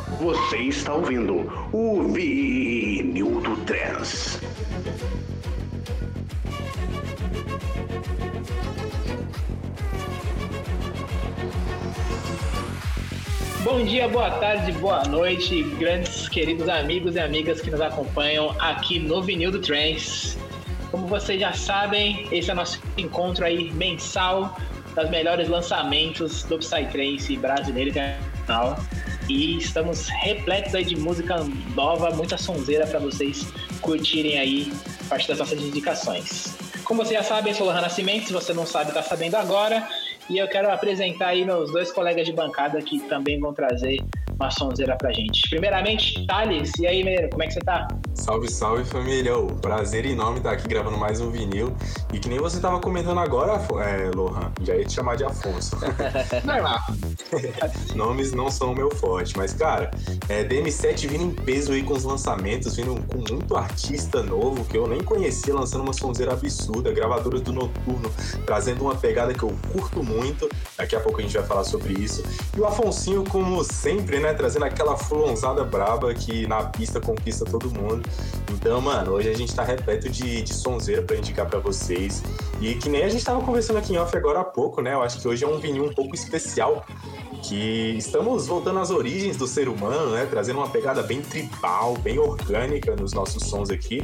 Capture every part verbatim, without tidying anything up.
Você está ouvindo o Vinil do Trance. Bom dia, boa tarde, boa noite, grandes queridos amigos e amigas que nos acompanham aqui no Vinil do Trance. Como vocês já sabem, esse é o nosso encontro aí mensal das melhores lançamentos do Psytrance brasileiro e internacional. E estamos repletos aí de música nova, muita sonzeira para vocês curtirem aí a parte das nossas indicações. Como vocês já sabem, eu sou o Lohan Nascimento, se você não sabe, tá sabendo agora. E eu quero apresentar aí meus dois colegas de bancada que também vão trazer uma sonzeira pra gente. Primeiramente, Thales, e aí, Meiro, como é que você tá? Salve, salve, família! Oh, prazer enorme estar aqui gravando mais um vinil. E que nem você tava comentando agora, é, Lohan, já ia te chamar de Afonso. Normal. Nomes não são o meu forte, mas, cara, é, D M sete vindo em peso aí com os lançamentos, vindo com muito artista novo que eu nem conhecia, lançando uma sonzeira absurda, gravadoras do Noturno, trazendo uma pegada que eu curto muito. Daqui a pouco a gente vai falar sobre isso. E o Afonsinho, como sempre, né, trazendo aquela fulonzada braba que na pista conquista todo mundo. Então, mano, hoje a gente tá repleto de, de sonzeira pra indicar pra vocês. E que nem a gente tava conversando aqui em off agora há pouco, né? Eu acho que hoje é um vinil um pouco especial, que estamos voltando às origens do ser humano, né? Trazendo uma pegada bem tribal, bem orgânica nos nossos sons aqui,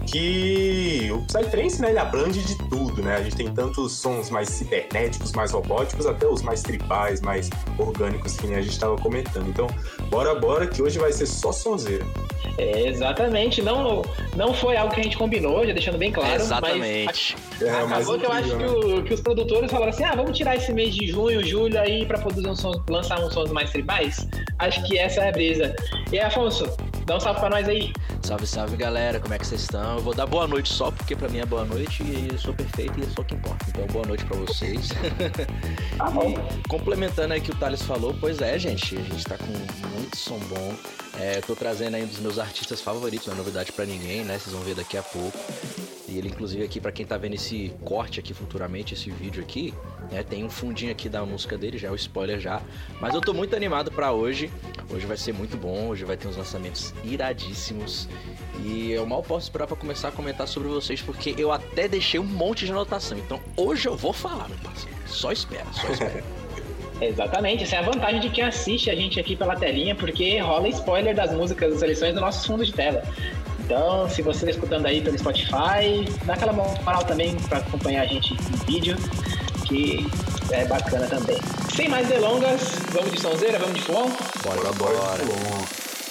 que o Psytrance, né, ele abrange de tudo, né? A gente tem tantos sons mais cibernéticos, mais robóticos, até os mais tribais, mais orgânicos, que nem a gente estava comentando. Então, bora, bora, que hoje vai ser só sonzeira. É, exatamente, não, não foi algo que a gente combinou, já deixando bem claro. Exatamente. Mas é, acabou que eu acho que, o, que os produtores falaram assim, ah, vamos tirar esse mês de junho, julho aí pra produzir um som, lançar uns sons mais tribais. Acho que essa é a brisa. E aí, Afonso, dá um salve pra nós aí. Salve, salve, galera, como é que vocês estão? Eu vou dar boa noite só, porque pra mim é boa noite e eu sou perfeito e é só o que importa. Então, boa noite pra vocês. Tá bom. E, complementando aí o que o Thales falou, pois é, gente, a gente tá com muito som bom. É, eu tô trazendo aí um dos meus artistas favoritos, não é novidade pra ninguém, né? Vocês vão ver daqui a pouco. E ele, inclusive, aqui, pra quem tá vendo esse corte aqui futuramente, esse vídeo aqui, né? Tem um fundinho aqui da música dele, já é o spoiler já. Mas eu tô muito animado pra hoje. Hoje vai ser muito bom, hoje vai ter uns lançamentos iradíssimos. E eu mal posso esperar pra começar a comentar sobre vocês, porque eu até deixei um monte de anotação. Então, hoje eu vou falar, meu parceiro. Só espera, só espera. Exatamente, essa é a vantagem de quem assiste a gente aqui pela telinha, porque rola spoiler das músicas, das seleções do nosso fundo de tela. Então, se você está escutando aí pelo Spotify, dá aquela moral também para acompanhar a gente em vídeo, que é bacana também. Sem mais delongas, vamos de sonzeira, vamos de fulon? Bora, bora, bora.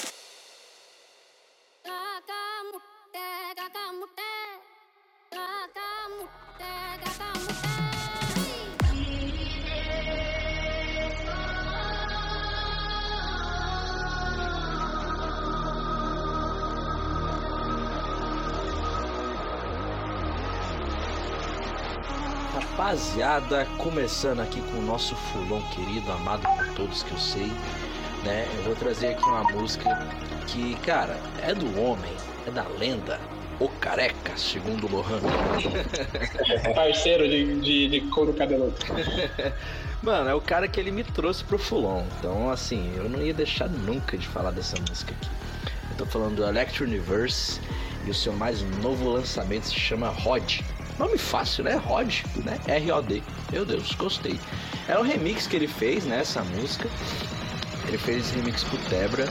Rapaziada, começando aqui com o nosso fulon querido, amado por todos que eu sei, né? Eu vou trazer aqui uma música que, cara, é do homem, é da lenda, o Careca, segundo o Lohan. Parceiro de, de, de couro cabeludo. Mano, é o cara que ele me trouxe pro fulon, então, assim, eu não ia deixar nunca de falar dessa música aqui. Eu tô falando do Electro Universe e o seu mais novo lançamento se chama Rod. Nome fácil, né? Rod, né? R O D. Meu Deus, gostei. É um remix que ele fez, né? Essa música. Ele fez esse remix pro Tebra.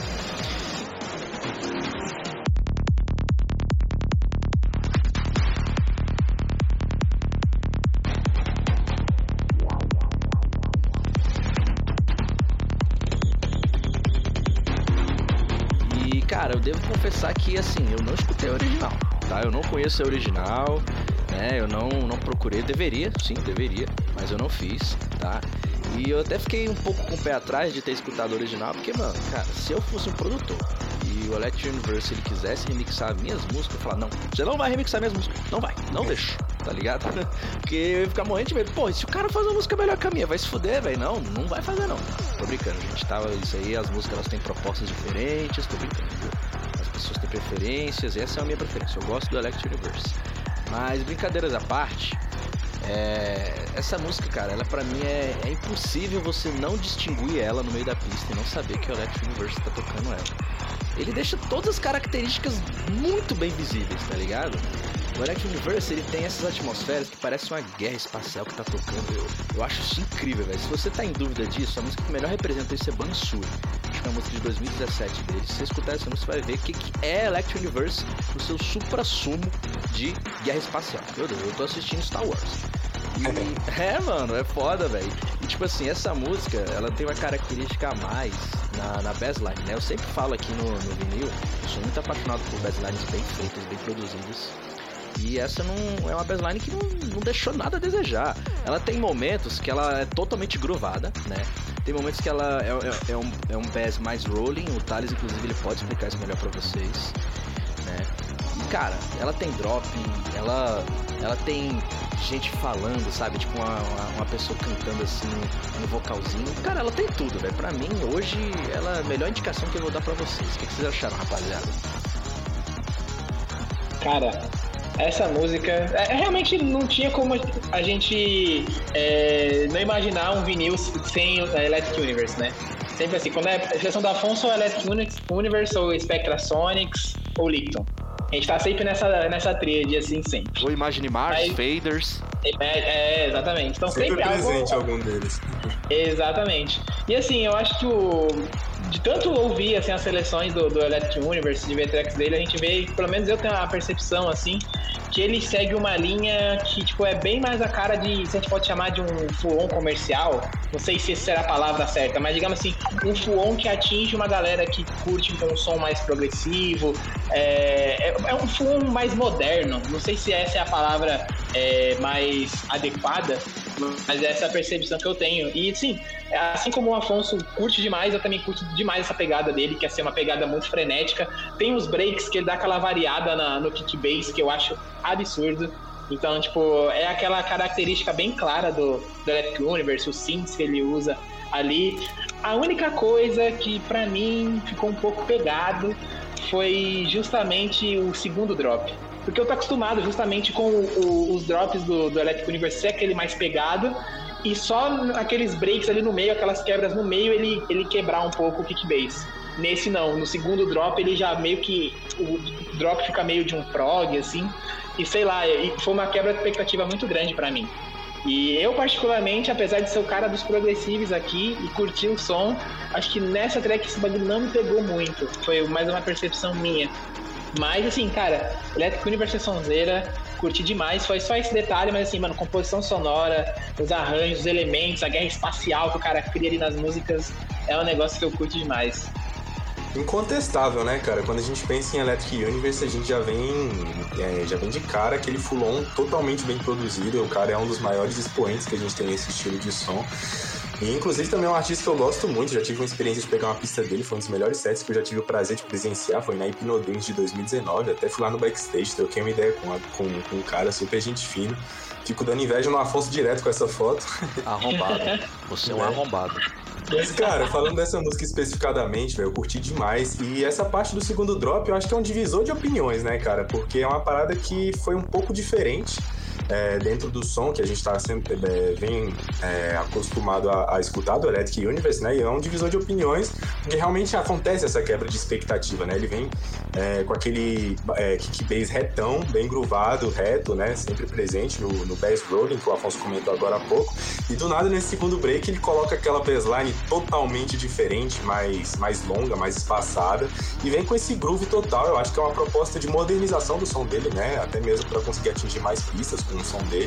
E, cara, eu devo confessar que, assim, eu não escutei a original, tá? Eu não conheço a original. É, eu não, não procurei, deveria, sim, deveria, mas eu não fiz, tá? E eu até fiquei um pouco com o pé atrás de ter escutado o original, porque, mano, cara, se eu fosse um produtor e o Electro Universe ele quisesse remixar minhas músicas, eu falar, não, você não vai remixar minhas músicas, não vai, não deixo, tá ligado? Porque eu ia ficar morrendo de medo, pô, e se o cara faz uma música melhor que a minha, vai se fuder, velho? Não, não vai fazer não. Tô brincando, gente, tá? Isso aí, as músicas elas têm propostas diferentes, tô brincando, viu? As pessoas têm preferências, essa é a minha preferência, eu gosto do Electro Universe. Mas brincadeiras à parte, É, essa música, cara, ela pra mim é, é impossível você não distinguir ela no meio da pista e não saber que o Electric Universe tá tocando ela. Ele deixa todas as características muito bem visíveis, tá ligado? O Electric Universe, ele tem essas atmosferas que parece uma guerra espacial que tá tocando. Eu, eu acho isso incrível, velho. Se você tá em dúvida disso, a música que melhor representa isso é Bansuri. Acho que é uma música de dois mil e dezessete dele. Se você escutar essa música, você vai ver o que, que é Electric Universe no seu supra-sumo de guerra espacial. Meu Deus, eu tô assistindo Star Wars. E, é, mano, é foda, velho. E tipo assim, essa música, ela tem uma característica a mais na, na bassline, né? Eu sempre falo aqui no, no vinil, eu sou muito apaixonado por basslines bem feitas, bem produzidas. E essa não é uma bassline que não, não deixou nada a desejar. Ela tem momentos que ela é totalmente groovada, né? Tem momentos que ela é, é, é, um, é um bass mais rolling. O Thales, inclusive, ele pode explicar isso melhor pra vocês, né? E, cara, ela tem drop, ela, ela tem gente falando, sabe? Tipo uma, uma, uma pessoa cantando assim no vocalzinho. Cara, ela tem tudo, velho. Pra mim, hoje, ela é a melhor indicação que eu vou dar pra vocês. O que, que vocês acharam, rapaziada? Cara, essa música, é, realmente não tinha como a gente é, não imaginar um vinil sem o Electric Universe, né? Sempre assim, quando é a seleção do Afonso, é Electric Universe ou Spectrasonics ou Licton. A gente tá sempre nessa, nessa tríade, assim, sempre. Ou Imagine Mars, Aí, Faders. É, é, exatamente. Então sempre, sempre presente algo... algum deles. Exatamente. E assim, eu acho que o... de tanto ouvir assim, as seleções do, do Electric Universe, de ver tracks dele, a gente vê, pelo menos eu tenho a percepção, assim, que ele segue uma linha que, tipo, é bem mais a cara de, se a gente pode chamar de um full-on comercial, não sei se essa será a palavra certa, mas digamos assim, um full-on que atinge uma galera que curte um som mais progressivo, é, é, é um full-on mais moderno, não sei se essa é a palavra é, mais adequada, mas essa é a percepção que eu tenho. E sim, assim como o Afonso curte demais, eu também curto demais essa pegada dele, que é ser uma pegada muito frenética. Tem os breaks que ele dá aquela variada na, no kick bass, que eu acho absurdo. Então, tipo, é aquela característica bem clara do, do Electric Universe, os synths que ele usa ali. A única coisa que pra mim ficou um pouco pegado foi justamente o segundo drop. Porque eu tô acostumado justamente com o, o, os drops do, do Electric Universe ser aquele mais pegado, e só aqueles breaks ali no meio, aquelas quebras no meio, ele, ele quebrar um pouco o kick bass. Nesse não, no segundo drop ele já meio que, o drop fica meio de um prog, assim, e sei lá, e foi uma quebra de expectativa muito grande pra mim. E eu particularmente, apesar de ser o cara dos progressivos aqui e curtir o som, acho que nessa track esse bagulho não me pegou muito, foi mais uma percepção minha. Mas assim, cara, Electric Universe é sonzeira, curti demais, foi só esse detalhe, mas assim, mano, composição sonora, os arranjos, os elementos, a guerra espacial que o cara cria ali nas músicas, é um negócio que eu curto demais. Incontestável, né, cara? Quando a gente pensa em Electric Universe, a gente já vem, é, já vem de cara aquele full-on totalmente bem produzido. O cara é um dos maiores expoentes que a gente tem nesse estilo de som. E, inclusive, também é um artista que eu gosto muito. Já tive uma experiência de pegar uma pista dele, foi um dos melhores sets que eu já tive o prazer de presenciar. Foi na Hypnodance de dois mil e dezenove. Até fui lá no backstage, troquei uma ideia com, a, com, com um cara super gente fino. Fico dando inveja no Afonso direto com essa foto. Arrombado. Você é um arrombado. Mas, cara, falando dessa música especificadamente, velho, eu curti demais. E essa parte do segundo drop, eu acho que é um divisor de opiniões, né, cara? Porque é uma parada que foi um pouco diferente. É, dentro do som que a gente tá sempre é, vem é, acostumado a, a escutar do Electric Universe, né? E é um divisor de opiniões, porque realmente acontece essa quebra de expectativa, né? Ele vem é, com aquele é, kick bass retão, bem groovado, reto, né? Sempre presente no, no bass rolling, que o Afonso comentou agora há pouco. E do nada, nesse segundo break, ele coloca aquela bassline totalmente diferente, mais, mais longa, mais espaçada, e vem com esse groove total. Eu acho que é uma proposta de modernização do som dele, né? Até mesmo para conseguir atingir mais pistas com o som dele,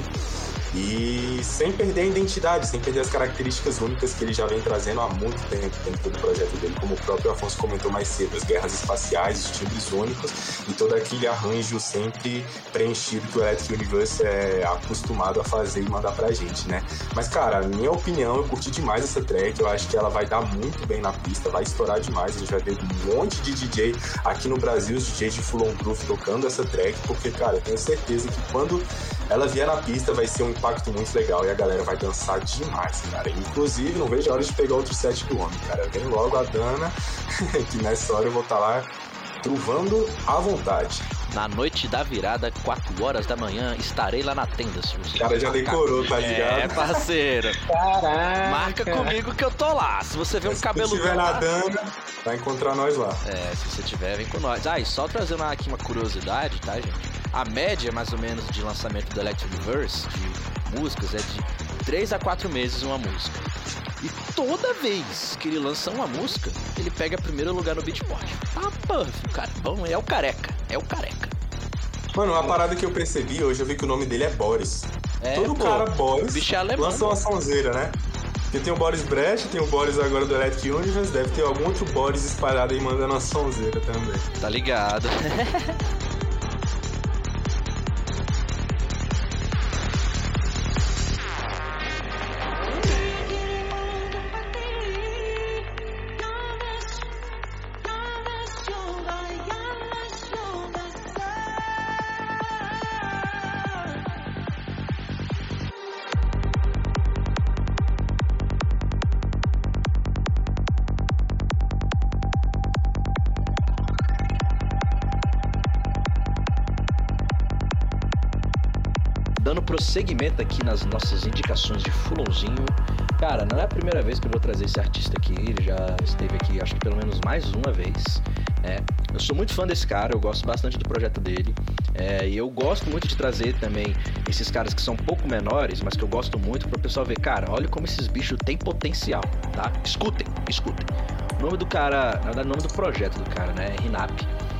e sem perder a identidade, sem perder as características únicas que ele já vem trazendo há muito tempo dentro do projeto dele, como o próprio Afonso comentou mais cedo, as guerras espaciais, os timbres únicos e todo aquele arranjo sempre preenchido que o Electric Universe é acostumado a fazer e mandar pra gente, né? Mas, cara, minha opinião, eu curti demais essa track, eu acho que ela vai dar muito bem na pista, vai estourar demais, a gente vai ver um monte de D J aqui no Brasil, os D Js de Full On Groove tocando essa track, porque, cara, eu tenho certeza que quando ela vier na pista vai ser um impacto muito legal e a galera vai dançar demais, cara. Inclusive, não vejo a hora de pegar outro set do homem, cara. Vem logo a Dana, que nessa hora eu vou estar lá truvando à vontade. Na noite da virada, quatro horas da manhã, estarei lá na tenda. Se você O cara já decorou, tá ligado? É, parceiro. Caraca. Marca comigo que eu tô lá. Se você vê um Se cabelo você estiver nadando, vai encontrar nós lá. É, se você tiver, vem com nós. Ah, e só trazendo aqui uma curiosidade, tá, gente? A média, mais ou menos, de lançamento do Electric Verse, de músicas, é de três a quatro meses uma música. E toda vez que ele lança uma música, ele pega primeiro lugar no Beatport. Ah, pô, o cara bom, é o careca, é o careca. Mano, uma parada que eu percebi hoje, eu vi que o nome dele é Boris. É, Todo pô, cara Boris bicho é alemão, lança uma pô. sonzeira, né? Porque tem o Boris Brecht, tem o Boris agora do Electric Universe, deve ter algum outro Boris espalhado aí mandando uma sonzeira também. Tá ligado? Dando prosseguimento aqui nas nossas indicações de Fulonzinho. Cara, não é a primeira vez que eu vou trazer esse artista aqui. Ele já esteve aqui, acho que pelo menos mais uma vez. É, eu sou muito fã desse cara, eu gosto bastante do projeto dele. É, e eu gosto muito de trazer também esses caras que são um pouco menores, mas que eu gosto muito, para o pessoal ver, cara, olha como esses bichos têm potencial, tá? Escutem, escutem. O nome do cara, na verdade, o nome do projeto do cara, né? É Rinap.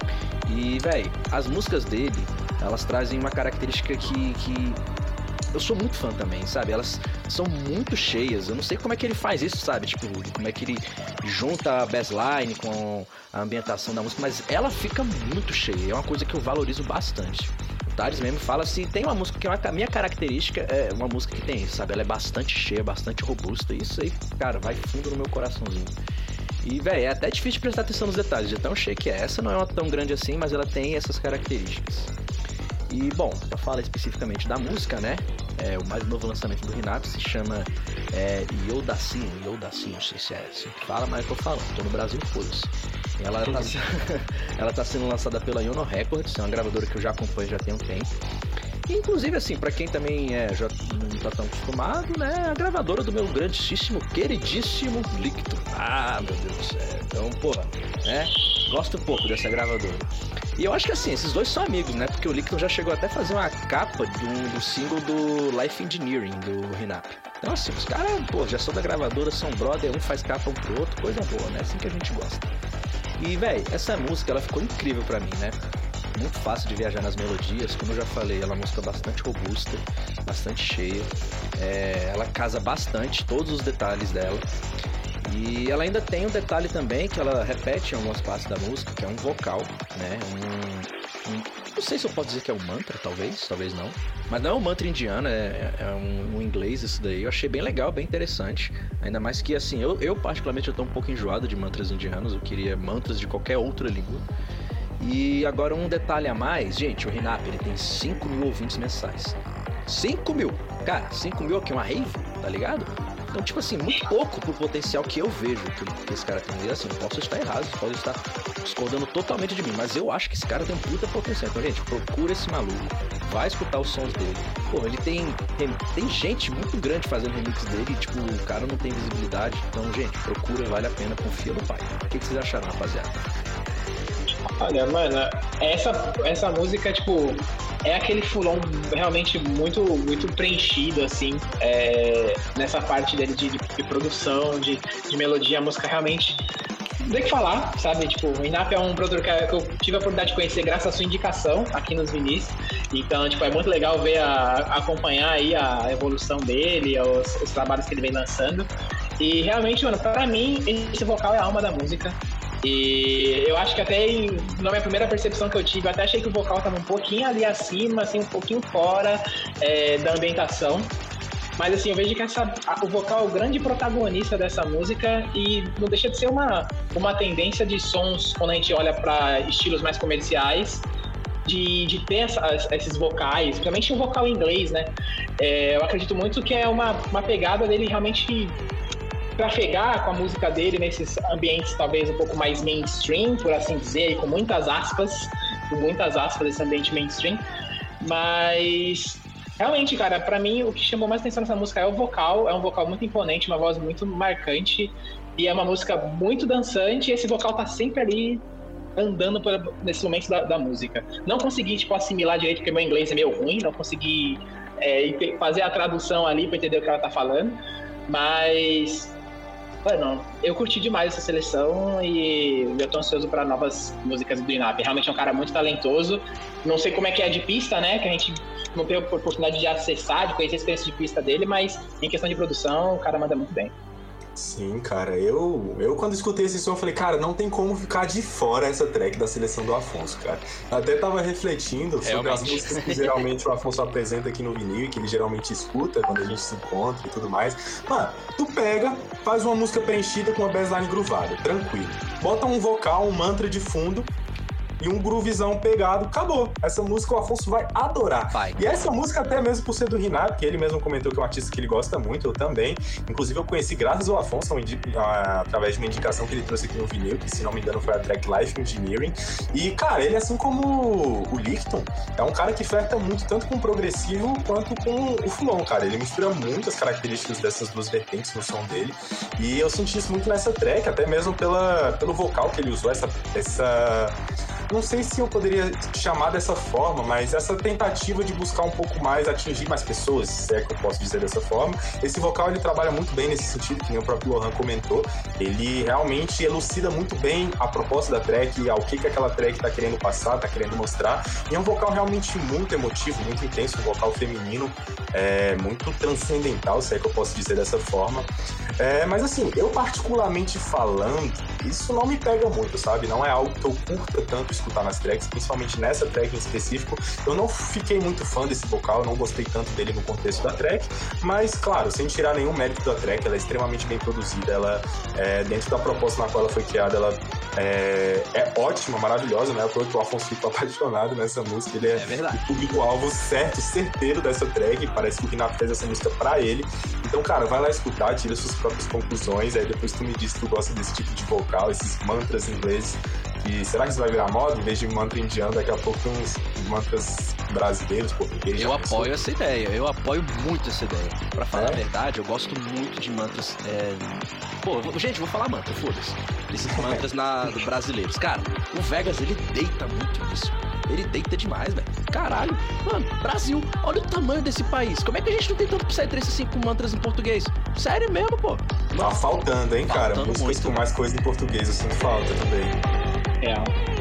E, velho, as músicas dele, elas trazem uma característica que, que eu sou muito fã também, sabe? Elas são muito cheias. Eu não sei como é que ele faz isso, sabe? Tipo, como é que ele junta a bassline com a ambientação da música, mas ela fica muito cheia. É uma coisa que eu valorizo bastante. O Thales mesmo fala assim, tem uma música que é uma, a minha característica é uma música que tem isso, sabe? Ela é bastante cheia, bastante robusta. E isso aí, cara, vai fundo no meu coraçãozinho. E, velho, é até difícil prestar atenção nos detalhes, de tão cheia que é. Essa não é uma tão grande assim, mas ela tem essas características. E, bom, pra falar especificamente da música, né? É, o mais novo lançamento do Rinap se chama é, Yodacinho, Yodacinho, não sei se é assim que fala, mas eu tô falando, tô no Brasil, foda-se. Ela tá, ela tá sendo lançada pela Yono Records, é uma gravadora que eu já acompanho já tem um tempo. E, inclusive, assim, pra quem também é, já não tá tão acostumado, né? A gravadora do meu grandíssimo, queridíssimo Licton. Ah, meu Deus do céu. Então, porra, né? Gosto um pouco dessa gravadora. E eu acho que assim, esses dois são amigos, né? Porque o Licton já chegou até a fazer uma capa do, do single do Life Engineering, do Rinap. Então assim, os caras, pô, já são da gravadora, são brother, um faz capa um pro outro, coisa boa, né? Assim que a gente gosta. E, véi, essa música, ela ficou incrível pra mim, né? Muito fácil de viajar nas melodias, como eu já falei, ela é uma música bastante robusta, bastante cheia. É, ela casa bastante todos os detalhes dela. E ela ainda tem um detalhe também que ela repete em algumas partes da música, que é um vocal, né? Um, um, não sei se eu posso dizer que é um mantra, talvez, talvez não. Mas não é um mantra indiano, é, é um, um inglês isso daí. Eu achei bem legal, bem interessante. Ainda mais que, assim, eu, eu particularmente eu tô um pouco enjoado de mantras indianos. Eu queria mantras de qualquer outra língua. E agora um detalhe a mais, gente, o Rinap, ele tem cinco mil ouvintes mensais. cinco mil! Cara, cinco mil aqui é uma rave, tá ligado? Então, tipo assim, muito pouco pro potencial que eu vejo que, que esse cara tem. E assim, posso estar errado, pode estar discordando totalmente de mim, mas eu acho que esse cara tem um puta potencial. Então, gente, procura esse maluco, vai escutar os sons dele. Pô, ele tem, tem, tem gente muito grande fazendo remix dele, e, tipo, o cara não tem visibilidade. Então, gente, procura, vale a pena, confia no pai. O que, que vocês acharam, rapaziada? Olha, mano, essa, essa música, tipo, é aquele fulon realmente muito, muito preenchido, assim, é, nessa parte dele de, de, de produção, de, de melodia, a música realmente não tem o que falar, sabe? Tipo, o Rinap é um produtor que eu tive a oportunidade de conhecer graças à sua indicação aqui nos Vinis. Então, tipo, é muito legal ver, a, acompanhar aí a evolução dele, os, os trabalhos que ele vem lançando. E realmente, mano, pra mim, esse vocal é a alma da música. E eu acho que até em, na minha primeira percepção que eu tive, eu até achei que o vocal tava um pouquinho ali acima, assim, um pouquinho fora é, da ambientação. Mas assim, eu vejo que essa, a, o vocal é o grande protagonista dessa música e não deixa de ser uma, uma tendência de sons, quando a gente olha para estilos mais comerciais, de, de ter essa, esses vocais, principalmente o vocal em inglês, né? É, eu acredito muito que é uma, uma pegada dele realmente trafegar com a música dele nesses ambientes talvez um pouco mais mainstream, por assim dizer, com muitas aspas, com muitas aspas, esse ambiente mainstream. Mas, realmente, cara, pra mim, o que chamou mais atenção nessa música é o vocal. É um vocal muito imponente, uma voz muito marcante. E é uma música muito dançante. E esse vocal tá sempre ali, andando por, nesses momentos da, da música. Não consegui, tipo, assimilar direito, porque meu inglês é meio ruim. Não consegui é, fazer a tradução ali pra entender o que ela tá falando. Mas... Mano, eu curti demais essa seleção e eu tô ansioso para novas músicas do Inap. Realmente é um cara muito talentoso. Não sei como é que é de pista, né? Que a gente não teve a oportunidade de acessar, de conhecer a experiência de pista dele, mas em questão de produção, o cara manda muito bem. Sim, cara, eu, eu quando escutei esse som, eu falei, cara, não tem como ficar de fora essa track da seleção do Afonso, cara. Até tava refletindo sobre Realmente. as músicas que geralmente o Afonso apresenta aqui no vinil e que ele geralmente escuta quando a gente se encontra e tudo mais. Mano, tu pega, faz uma música preenchida com uma bassline groovada, tranquilo. Bota um vocal, um mantra de fundo e um groovezão pegado, acabou. Essa música o Afonso vai adorar. Vai. E essa música até mesmo por ser do Rinaldo, que ele mesmo comentou que é um artista que ele gosta muito, eu também. Inclusive eu conheci graças ao Afonso, através de uma indicação que ele trouxe aqui no vinil, que se não me engano foi a track Life Engineering. E, cara, ele assim como o Licton, é um cara que flerta muito tanto com o progressivo quanto com o Fulon, cara. Ele mistura muitas características dessas duas vertentes no som dele. E eu senti isso muito nessa track, até mesmo pela, pelo vocal que ele usou, essa... essa... Não sei se eu poderia chamar dessa forma, mas essa tentativa de buscar um pouco mais, atingir mais pessoas, se é que eu posso dizer dessa forma. Esse vocal, ele trabalha muito bem nesse sentido, que nem o próprio Lohan comentou. Ele realmente elucida muito bem a proposta da track, ao que, que aquela track tá querendo passar, tá querendo mostrar. E é um vocal realmente muito emotivo, muito intenso, um vocal feminino, é, muito transcendental, se é que eu posso dizer dessa forma. É, mas assim, eu particularmente falando, isso não me pega muito, sabe? Não é algo que eu curta tanto escutar nas tracks, principalmente nessa track em específico. Eu não fiquei muito fã desse vocal, eu não gostei tanto dele no contexto da track, mas claro, sem tirar nenhum mérito da track, ela é extremamente bem produzida, ela é, dentro da proposta na qual ela foi criada, ela é, é ótima, maravilhosa, né? Porque o Afonso ficou apaixonado nessa música, ele é, é o público-alvo certo, certeiro dessa track, parece que o Renato fez essa música pra ele. Então, cara, vai lá escutar, tira suas próprias conclusões, aí depois tu me diz se tu gosta desse tipo de vocal, esses mantras ingleses. E será que isso vai virar moda? Em vez de mantra indiano, daqui a pouco tem uns mantras brasileiros, portugueses. Eu apoio essa ideia, eu apoio muito essa ideia. Pra falar é? a verdade, eu gosto muito de mantras. É... Pô, gente, vou falar mantra, foda-se. Esses mantras na... do brasileiros. Cara, o Vegas, ele deita muito nisso. Ele deita demais, velho. Caralho. Mano, Brasil, olha o tamanho desse país. Como é que a gente não tem tanto psytrance assim com mantras em português? Sério mesmo, pô. Mano, tá faltando, hein, faltando cara? Músicas com mais coisa em português, eu sinto falta também. É.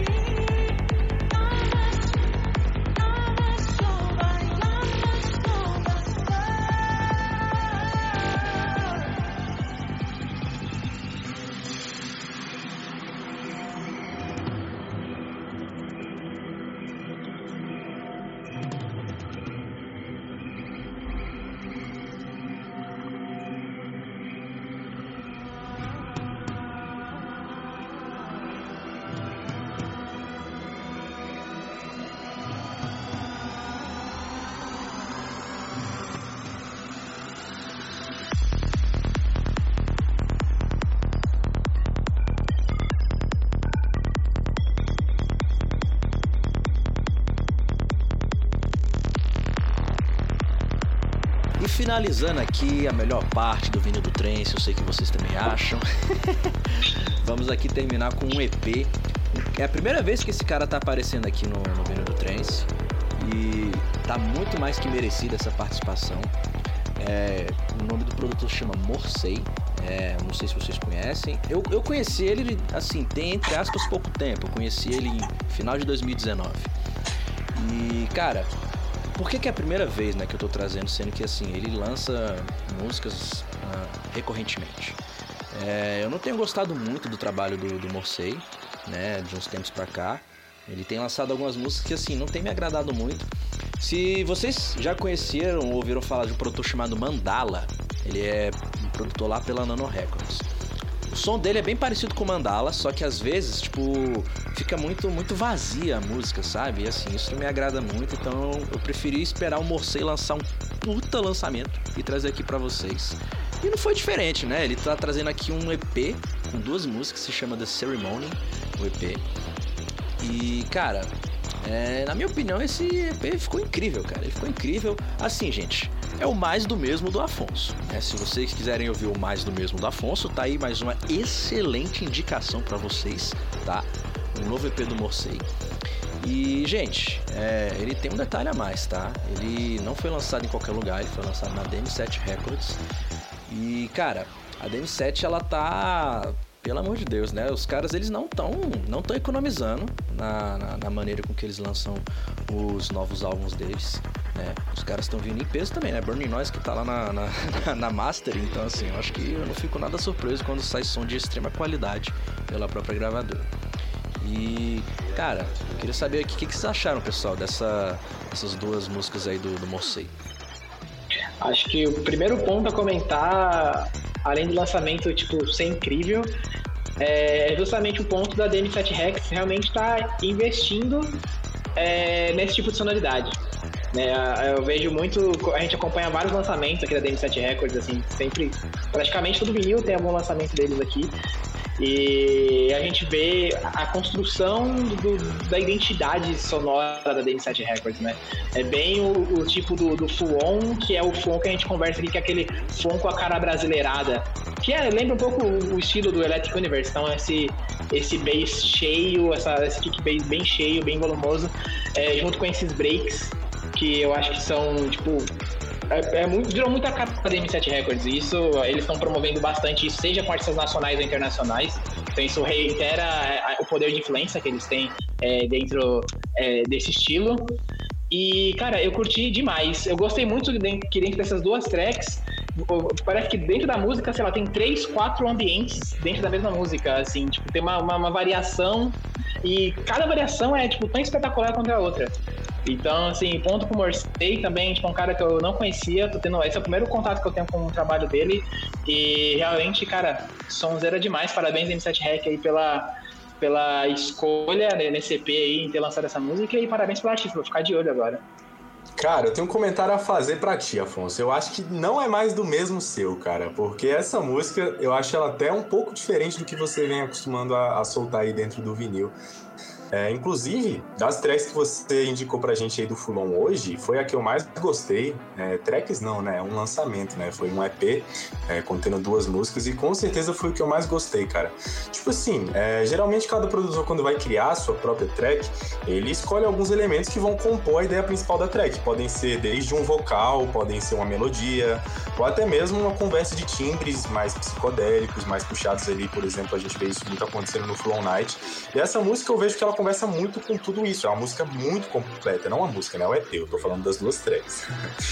Finalizando aqui a melhor parte do Vinil do Trance, eu sei que vocês também acham. Vamos aqui terminar com um E P. É a primeira vez que esse cara tá aparecendo aqui no, no Vinil do Trance e tá muito mais que merecida essa participação. É, o nome do produtor se chama Morsei. É, não sei se vocês conhecem. Eu, eu conheci ele, assim, tem entre aspas pouco tempo. Eu conheci ele em final de dois mil e dezenove. E, cara, por que que é a primeira vez, né, que eu tô trazendo, sendo que, assim, ele lança músicas uh, recorrentemente? É, eu não tenho gostado muito do trabalho do, do Morsei, né, de uns tempos pra cá. Ele tem lançado algumas músicas que, assim, não tem me agradado muito. Se vocês já conheceram ou ouviram falar de um produtor chamado Mandala, ele é um produtor lá pela Nano Records. O som dele é bem parecido com o Mandala, só que às vezes, tipo, fica muito, muito vazia a música, sabe? E assim, isso não me agrada muito, então eu preferi esperar o Morsei lançar um puta lançamento e trazer aqui pra vocês. E não foi diferente, né? Ele tá trazendo aqui um E P com duas músicas, se chama The Ceremony, o E P. E, cara, É, na minha opinião, esse E P ficou incrível, cara. Ele ficou incrível. Assim, gente, é o mais do mesmo do Afonso, né? Se vocês quiserem ouvir o mais do mesmo do Afonso, tá aí mais uma excelente indicação pra vocês, tá? Um novo E P do Morcei. E, gente, é, ele tem um detalhe a mais, tá? Ele não foi lançado em qualquer lugar, ele foi lançado na D M sete Records. E, cara, a D M sete, ela tá... Pelo amor de Deus, né? Os caras, eles não estão não tão economizando na, na, na maneira com que eles lançam os novos álbuns deles, né? Os caras estão vindo em peso também, né? Burning Noise que tá lá na, na, na Master, então assim, eu acho que eu não fico nada surpreso quando sai som de extrema qualidade pela própria gravadora. E, cara, eu queria saber o que, que vocês acharam, pessoal, dessa, dessas duas músicas aí do, do Morcei. Acho que o primeiro ponto a comentar, além do lançamento, tipo, ser incrível, é justamente o ponto da D M sete Records realmente estar investindo é, nesse tipo de sonoridade. Né? Eu vejo muito, a gente acompanha vários lançamentos aqui da D M sete Records, assim, sempre, praticamente todo vinil tem algum lançamento deles aqui. E a gente vê a construção do, da identidade sonora da D M sete Records, né? É bem o, o tipo do, do full-on, que é o full-on que a gente conversa aqui, que é aquele full-on com a cara brasileirada. Que é, lembra um pouco o estilo do Electric Universe. Então, esse, esse bass cheio, essa, esse kick bass bem cheio, bem volumoso, é, junto com esses breaks, que eu acho que são, tipo... É, é muito, virou muita cara da D M sete Records, e isso eles estão promovendo bastante, isso, seja com artistas nacionais ou internacionais. Então isso reitera a, a, o poder de influência que eles têm é, dentro é, desse estilo. E, cara, eu curti demais. Eu gostei muito de, que dentro dessas duas tracks, parece que dentro da música, sei lá, tem três, quatro ambientes dentro da mesma música, assim, tipo, tem uma, uma, uma variação, e cada variação é, tipo, tão espetacular quanto a outra. Então, assim, ponto pro Morcei também, tipo, um cara que eu não conhecia, tô tendo, esse é o primeiro contato que eu tenho com o trabalho dele, e realmente, cara, sonzeira demais, parabéns M sete Rec aí pela, pela escolha nesse E P aí, em ter lançado essa música, e parabéns pelo artista, vou ficar de olho agora. Cara, eu tenho um comentário a fazer pra ti, Afonso. Eu acho que não é mais do mesmo seu, cara, porque essa música, eu acho ela até um pouco diferente do que você vem acostumando a, a soltar aí dentro do vinil. É, inclusive, das tracks que você indicou pra gente aí do Fulon hoje, foi a que eu mais gostei. É, tracks não, né? É um lançamento, né? Foi um E P é, contendo duas músicas e com certeza foi o que eu mais gostei, cara. Tipo assim, é, geralmente cada produtor, quando vai criar a sua própria track, ele escolhe alguns elementos que vão compor a ideia principal da track. Podem ser desde um vocal, podem ser uma melodia, ou até mesmo uma conversa de timbres mais psicodélicos, mais puxados ali. Por exemplo, a gente vê isso muito acontecendo no Fulon Night. E essa música eu vejo que ela conversa muito com tudo isso, é uma música muito completa, não uma música, né, é o E P, eu tô falando das duas tracks.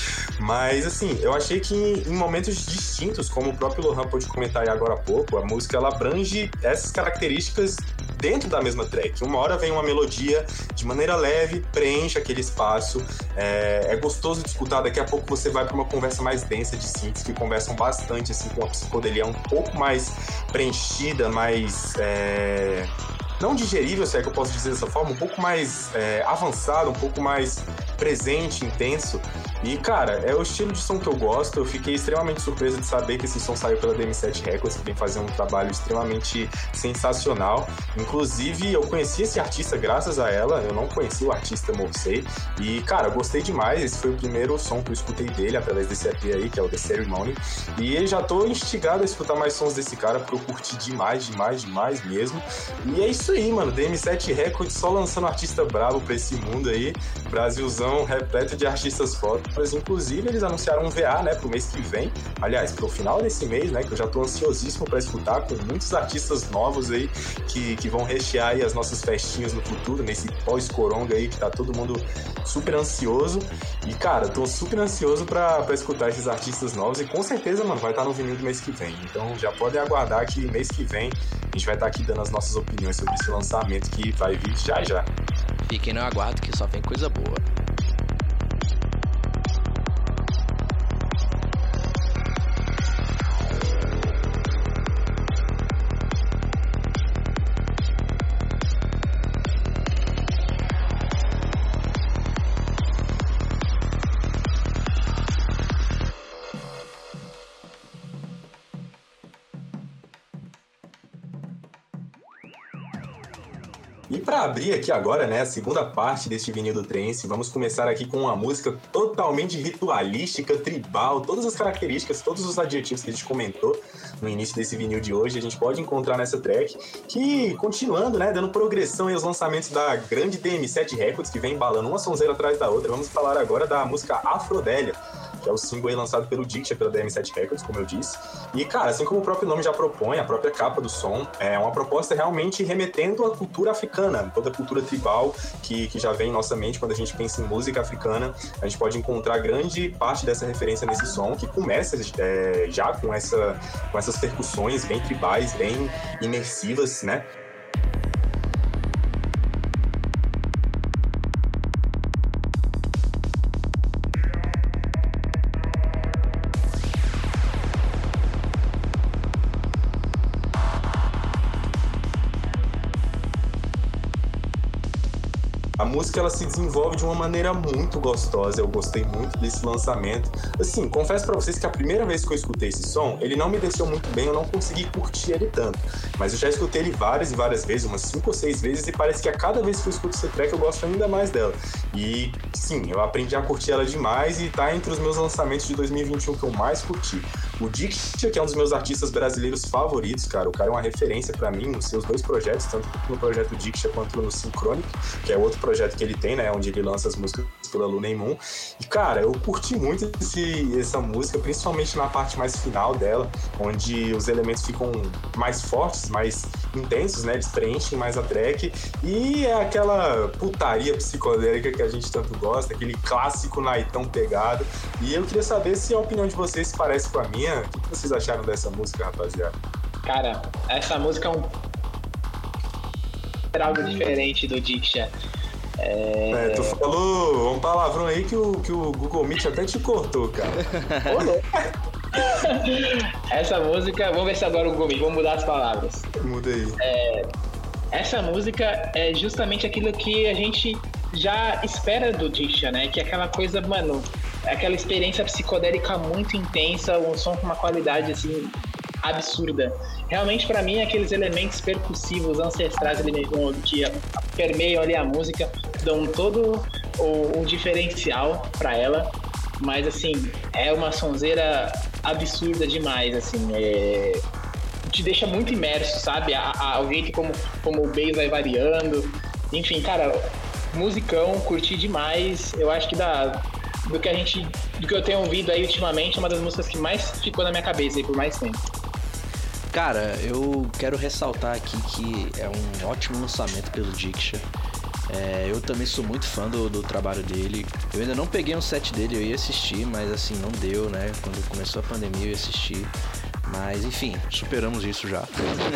Mas assim, eu achei que em momentos distintos, como o próprio Lohan pôde comentar aí agora há pouco, a música ela abrange essas características dentro da mesma track. Uma hora vem uma melodia de maneira leve, preenche aquele espaço, é, é gostoso de escutar, daqui a pouco você vai para uma conversa mais densa de synths que conversam bastante assim, com a psicodelia um pouco mais preenchida, mais... É... não digerível, se é que eu posso dizer dessa forma, um pouco mais é, avançado, um pouco mais presente, intenso. E, cara, é o estilo de som que eu gosto. Eu fiquei extremamente surpreso de saber que esse som saiu pela D M sete Records, que vem fazendo um trabalho extremamente sensacional. Inclusive, eu conheci esse artista graças a ela, eu não conhecia o artista Morcei. E, cara, gostei demais. Esse foi o primeiro som que eu escutei dele, através desse E P aí, que é o The Ceremony. E já tô instigado a escutar mais sons desse cara, porque eu curti demais, demais, demais mesmo. E é isso aí, mano. D M sete Records só lançando artista brabo pra esse mundo aí. Brasilzão repleto de artistas fodas. Inclusive, eles anunciaram um V A, né, pro mês que vem. Aliás, pro final desse mês, né, que eu já tô ansiosíssimo pra escutar, com muitos artistas novos aí que, que vão rechear aí as nossas festinhas no futuro, nesse pós-coronga aí que tá todo mundo super ansioso. E, cara, tô super ansioso pra, pra escutar esses artistas novos e com certeza, mano, vai estar no vinil do mês que vem. Então, já podem aguardar que mês que vem a gente vai estar aqui dando as nossas opiniões sobre esse lançamento que vai vir já já. Fiquem no aguardo que só vem coisa boa. E para abrir aqui agora, né, a segunda parte deste vinil do Trance, vamos começar aqui com uma música totalmente ritualística, tribal, todas as características, todos os adjetivos que a gente comentou no início desse vinil de hoje, a gente pode encontrar nessa track, que continuando, né, dando progressão aos lançamentos da grande D M sete Records, que vem embalando uma sonzeira atrás da outra. Vamos falar agora da música Afrodélia, que é o single aí lançado pelo Diksha, pela D M sete Records, como eu disse. E, cara, assim como o próprio nome já propõe, a própria capa do som, é uma proposta realmente remetendo à cultura africana, toda a cultura tribal que, que já vem em nossa mente quando a gente pensa em música africana. A gente pode encontrar grande parte dessa referência nesse som, que começa é, já com, essa, com essas percussões bem tribais, bem imersivas, né? A música, ela se desenvolve de uma maneira muito gostosa, eu gostei muito desse lançamento. Assim, confesso pra vocês que a primeira vez que eu escutei esse som, ele não me desceu muito bem, eu não consegui curtir ele tanto. Mas eu já escutei ele várias e várias vezes, umas cinco ou seis vezes, e parece que a cada vez que eu escuto essa track eu gosto ainda mais dela. E sim, eu aprendi a curtir ela demais e tá entre os meus lançamentos de dois mil e vinte e um que eu mais curti. O Diksha, que é um dos meus artistas brasileiros favoritos, cara, o cara é uma referência pra mim nos seus dois projetos, tanto no projeto Diksha quanto no Synchronic, que é outro projeto que ele tem, né, onde ele lança as músicas pela Luna e Moon. E, cara, eu curti muito esse, essa música, principalmente na parte mais final dela, onde os elementos ficam mais fortes, mais intensos, né, eles preenchem mais a track, e é aquela putaria psicodélica que a gente tanto gosta, aquele clássico naitão pegado. E eu queria saber se a opinião de vocês se parece com a minha. O que vocês acharam dessa música, rapaziada? Cara, essa música é um algo diferente do Diksha. É... é, tu falou um palavrão aí que o, que o Google Meet até te cortou, cara. Essa música, vamos ver se agora o Google Meet, vamos mudar as palavras. Muda aí. É, essa música é justamente aquilo que a gente já espera do Diksha, né? Que é aquela coisa, mano, aquela experiência psicodélica muito intensa, um som com uma qualidade, assim, absurda. Realmente, pra mim, aqueles elementos percussivos ancestrais que permeiam ali a música dão todo o, o diferencial pra ela. Mas, assim, é uma sonzeira absurda demais, assim. É... te deixa muito imerso, sabe? A, a, o jeito como, como o bass vai variando. Enfim, cara, musicão, curti demais. Eu acho que da, do que a gente, do que eu tenho ouvido aí ultimamente, é uma das músicas que mais ficou na minha cabeça aí por mais tempo. Cara, eu quero ressaltar aqui que é um ótimo lançamento pelo Diksha. É, eu também sou muito fã do, do trabalho dele. Eu ainda não peguei um set dele, eu ia assistir, mas assim, não deu, né? Quando começou a pandemia eu ia assistir. Mas enfim, superamos isso já.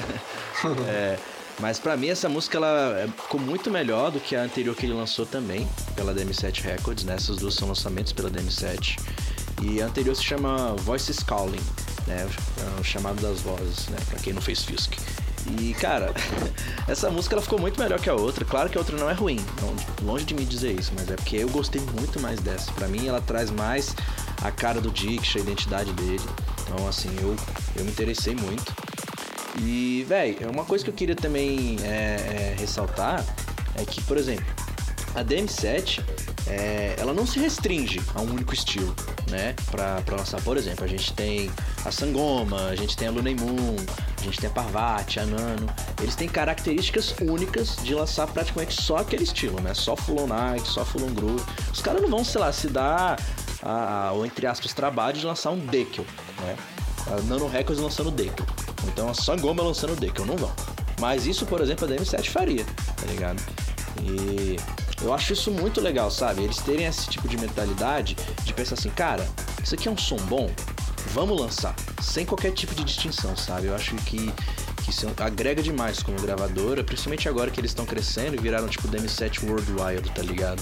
é, mas pra mim essa música ela ficou muito melhor do que a anterior que ele lançou também, pela D M sete Records, né? Essas duas são lançamentos pela D M sete. E a anterior se chama Voices Calling, né? O chamado das vozes, né? Pra quem não fez Fisk. E, cara, essa música ela ficou muito melhor que a outra. Claro que a outra não é ruim, não, longe de me dizer isso, mas é porque eu gostei muito mais dessa. Pra mim, ela traz mais a cara do Diksha, a identidade dele. Então, assim, eu, eu me interessei muito. E, véi, uma coisa que eu queria também é, é, ressaltar é que, por exemplo, a D M sete, é, ela não se restringe a um único estilo, né? Pra, pra lançar, por exemplo, a gente tem a Sangoma, a gente tem a Luna e Moon, a gente tem a Parvati, a Nano. Eles têm características únicas de lançar praticamente só aquele estilo, né? Só Full On Night, só Full On Groove. Os caras não vão, sei lá, se dar, a, a, ou entre aspas, trabalho de lançar um Dekel, né? A Nano Records lançando Dekel. Então a Sangoma lançando Dekel, não vão. Mas isso, por exemplo, a D M sete faria, tá ligado? E eu acho isso muito legal, sabe? Eles terem esse tipo de mentalidade de pensar assim, cara, isso aqui é um som bom, vamos lançar, sem qualquer tipo de distinção, sabe? Eu acho que, que isso agrega demais como gravadora, principalmente agora que eles estão crescendo e viraram tipo D M sete Worldwide, tá ligado?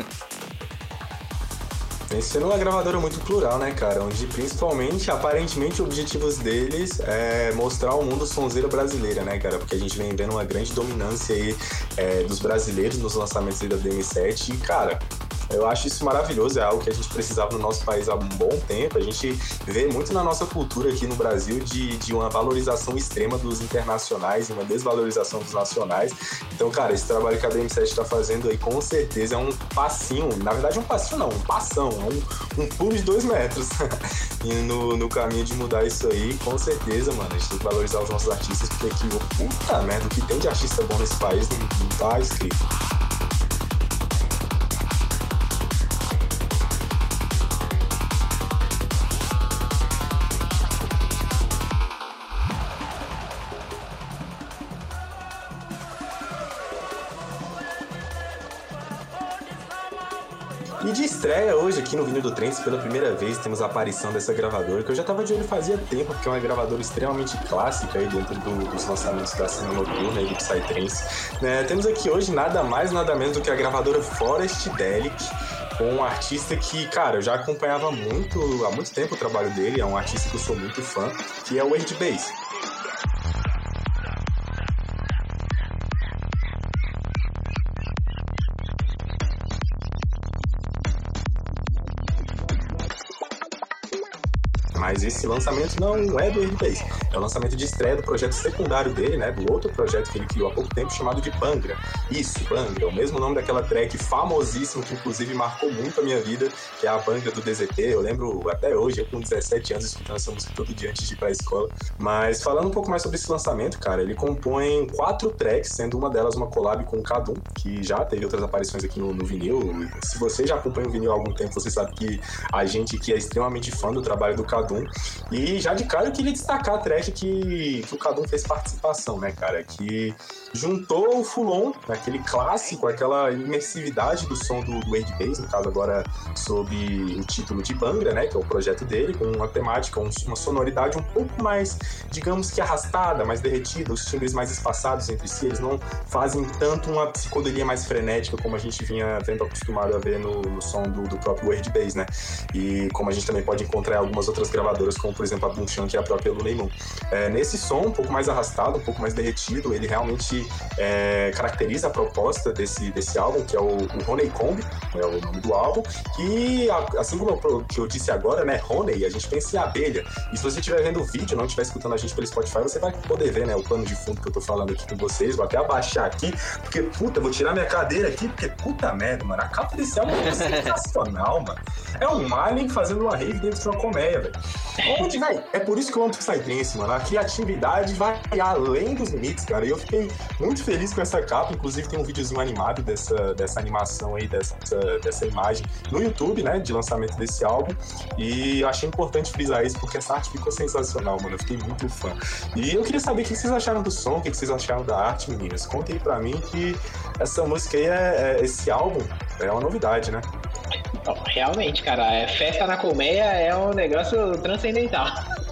Sendo uma gravadora muito plural, né, cara? Onde, principalmente, aparentemente, objetivos deles é mostrar o mundo sonzeira brasileira, né, cara? Porque a gente vem vendo uma grande dominância aí é, dos brasileiros nos lançamentos aí da D M sete. E, cara, Eu acho isso maravilhoso, é algo que a gente precisava no nosso país há um bom tempo. A gente vê muito na nossa cultura aqui no Brasil de, de uma valorização extrema dos internacionais e uma desvalorização dos nacionais. Então, cara, esse trabalho que a D M sete está fazendo aí, com certeza é um passinho, na verdade um passinho não, um passão, um, um pulo de dois metros e no, no caminho de mudar isso aí, com certeza, mano, a gente tem que valorizar os nossos artistas, porque aqui, puta merda, o que tem de artista bom nesse país não, não tá escrito. E de estreia hoje aqui no Vinil do Trance, pela primeira vez temos a aparição dessa gravadora, que eu já tava de olho fazia tempo, porque é uma gravadora extremamente clássica aí dentro do, dos lançamentos da cena noturna e do Psytrance. É, temos aqui hoje nada mais, nada menos do que a gravadora Forestdelic, com um artista que, cara, eu já acompanhava muito, há muito tempo o trabalho dele, é um artista que eu sou muito fã, que é o Weird Bass. Mas esse lançamento não é do Weird Bass, é o lançamento de estreia do projeto secundário dele, né, do outro projeto que ele criou há pouco tempo, chamado de Bangra. Isso, Bangra, o mesmo nome daquela track famosíssima que inclusive marcou muito a minha vida, que é a Bangra do D Z T. Eu lembro até hoje, eu com dezessete anos escutando essa música todo dia antes de ir pra escola. Mas falando um pouco mais sobre esse lançamento, cara, ele compõe quatro tracks, sendo uma delas uma collab com o Kadum, que já teve outras aparições aqui no, no vinil. Se você já acompanha o vinil há algum tempo, você sabe que a gente aqui é extremamente fã do trabalho do Kadum. E já de cara eu queria destacar a track que, que o Kadum fez participação, né, cara? Que juntou o full-on, aquele clássico, aquela imersividade do som do, do Weird Bass, no caso agora sob o título de Bangra, né, que é o projeto dele, com uma temática, um, uma sonoridade um pouco mais, digamos que arrastada, mais derretida, os timbres mais espaçados entre si, eles não fazem tanto uma psicodelia mais frenética como a gente vinha vendo acostumado a ver no, no som do, do próprio Weird Bass, né? E como a gente também pode encontrar em algumas outras gravadoras, como por exemplo a Boomchan, que é a própria Lunay Moon. É, nesse som um pouco mais arrastado, um pouco mais derretido, ele realmente é, caracteriza a proposta desse, desse álbum, que é o, o Honeycomb, é o nome do álbum, que assim como eu, que eu disse agora, né, Honey, a gente pensa em abelha, e se você estiver vendo o vídeo, não estiver escutando a gente pelo Spotify, você vai poder ver, né, o plano de fundo que eu tô falando aqui com vocês. Vou até abaixar aqui, porque puta, vou tirar minha cadeira aqui, porque puta merda, mano, a capa desse álbum é sensacional, mano. É um alien fazendo uma rave dentro de uma colmeia, velho. Onde vai? É por isso que eu amo Psytrance, mano. A criatividade vai além dos limites, cara. E eu fiquei muito feliz com essa capa. Inclusive tem um videozinho animado dessa, dessa animação aí, dessa, dessa imagem no YouTube, né, de lançamento desse álbum. E eu achei importante frisar isso, porque essa arte ficou sensacional, mano. Eu fiquei muito fã. E eu queria saber o que vocês acharam do som, o que vocês acharam da arte, meninas. Contem aí pra mim que essa música aí, é, é, esse álbum, é uma novidade, né? Não, realmente, cara, é, Festa na Colmeia é um negócio transcendental.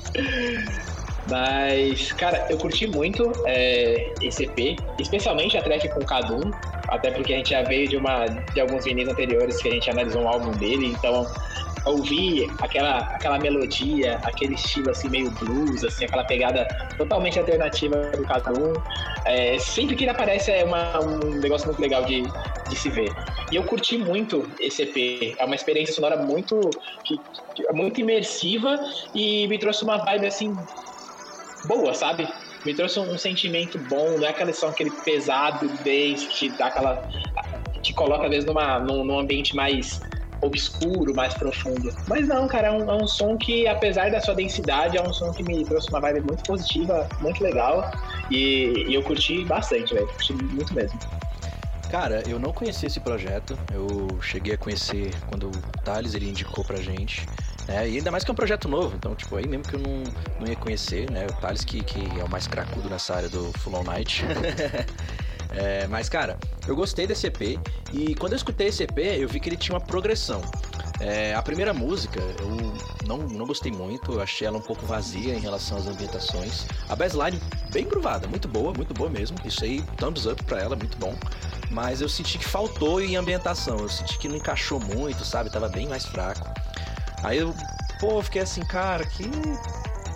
Mas, cara, eu curti muito é, esse E P, especialmente a track com o Kadum, até porque a gente já veio de, uma, de alguns vinis anteriores que a gente analisou um álbum dele, então ouvir aquela, aquela melodia, aquele estilo assim meio blues, assim, aquela pegada totalmente alternativa do Kadum, é, sempre que ele aparece é uma, um negócio muito legal de, de se ver. E eu curti muito esse E P, é uma experiência sonora muito, que, muito imersiva e me trouxe uma vibe assim boa, sabe? Me trouxe um, um sentimento bom, não é aquele som, aquele pesado bass que dá aquela, te coloca às vezes numa, num, num ambiente mais obscuro, mais profundo. Mas não, cara, é um, é um som que, apesar da sua densidade, é um som que me trouxe uma vibe muito positiva, muito legal, e, e eu curti bastante, velho, curti muito mesmo. Cara, eu não conhecia esse projeto, eu cheguei a conhecer quando o Thales, ele indicou pra gente, né, e ainda mais que é um projeto novo, então, tipo, aí mesmo que eu não, não ia conhecer, né, o Thales que, que é o mais cracudo nessa área do Full On Night. É, mas, cara, eu gostei desse E P, e quando eu escutei esse E P, eu vi que ele tinha uma progressão. É, a primeira música, eu não, não gostei muito, eu achei ela um pouco vazia em relação às ambientações. A bassline, bem groovada, muito boa, muito boa mesmo. Isso aí, thumbs up pra ela, muito bom. Mas eu senti que faltou em ambientação, eu senti que não encaixou muito, sabe? Tava bem mais fraco. Aí eu, pô, fiquei assim, cara, que...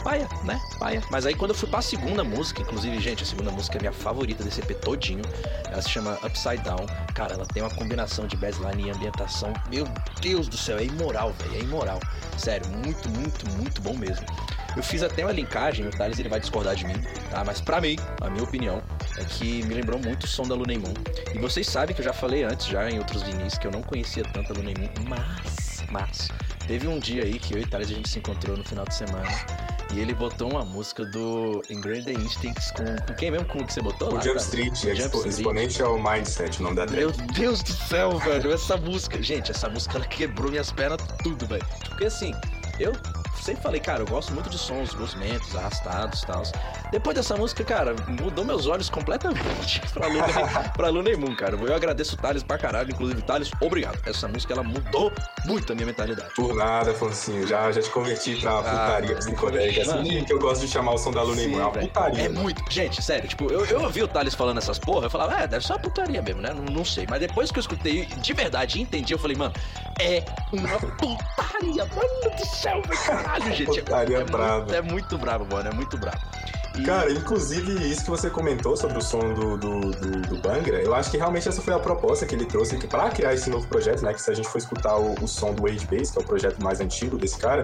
paia, né? Paia. Mas aí quando eu fui pra segunda música, inclusive, gente, a segunda música é minha favorita desse E P todinho. Ela se chama Upside Down. Cara, ela tem uma combinação de bassline e ambientação. Meu Deus do céu, é imoral, velho. É imoral. Sério, muito, muito, muito bom mesmo. Eu fiz até uma linkagem, o Thales ele vai discordar de mim, tá? Mas pra mim, a minha opinião, é que me lembrou muito o som da Luna Moon. E vocês sabem que eu já falei antes, já em outros vinis, que eu não conhecia tanto a Luna Moon, mas, mas, teve um dia aí que eu e o Thales a gente se encontrou no final de semana e ele botou uma música do Ingrained Instincts com, com quem mesmo? Com o que você botou o lá? Jump Street, Jump Expo, Exponential Mindset, o nome da track. Meu Deus do céu, velho, essa música, gente, essa música ela quebrou minhas pernas tudo, velho. Porque assim, eu sempre falei, cara, eu gosto muito de sons gosmentos, arrastados e tal. Depois dessa música, cara, mudou meus olhos completamente pra Luna, pra Luna Moon, cara. Eu agradeço o Thales pra caralho, inclusive, Thales, obrigado. Essa música, ela mudou muito a minha mentalidade. Por nada, Foncinho, já, já te converti pra ah, putaria psicodélica. É assim que eu gosto de chamar o som da Luna Moon, é uma putaria. É muito, gente, sério, tipo, eu, eu ouvi o Thales falando essas porra, eu falava, é, deve ser uma putaria mesmo, né? Não, não sei, mas depois que eu escutei de verdade e entendi, eu falei, mano, é uma putaria, mano do céu, velho, caralho, gente. Putaria é, é, brava. Muito, é muito brabo, mano, é muito brabo. E... Cara, inclusive, isso que você comentou sobre o som do, do, do, do Bangra, eu acho que realmente essa foi a proposta que ele trouxe aqui pra criar esse novo projeto, né? Que se a gente for escutar o, o som do Wage Bass, que é o projeto mais antigo desse cara,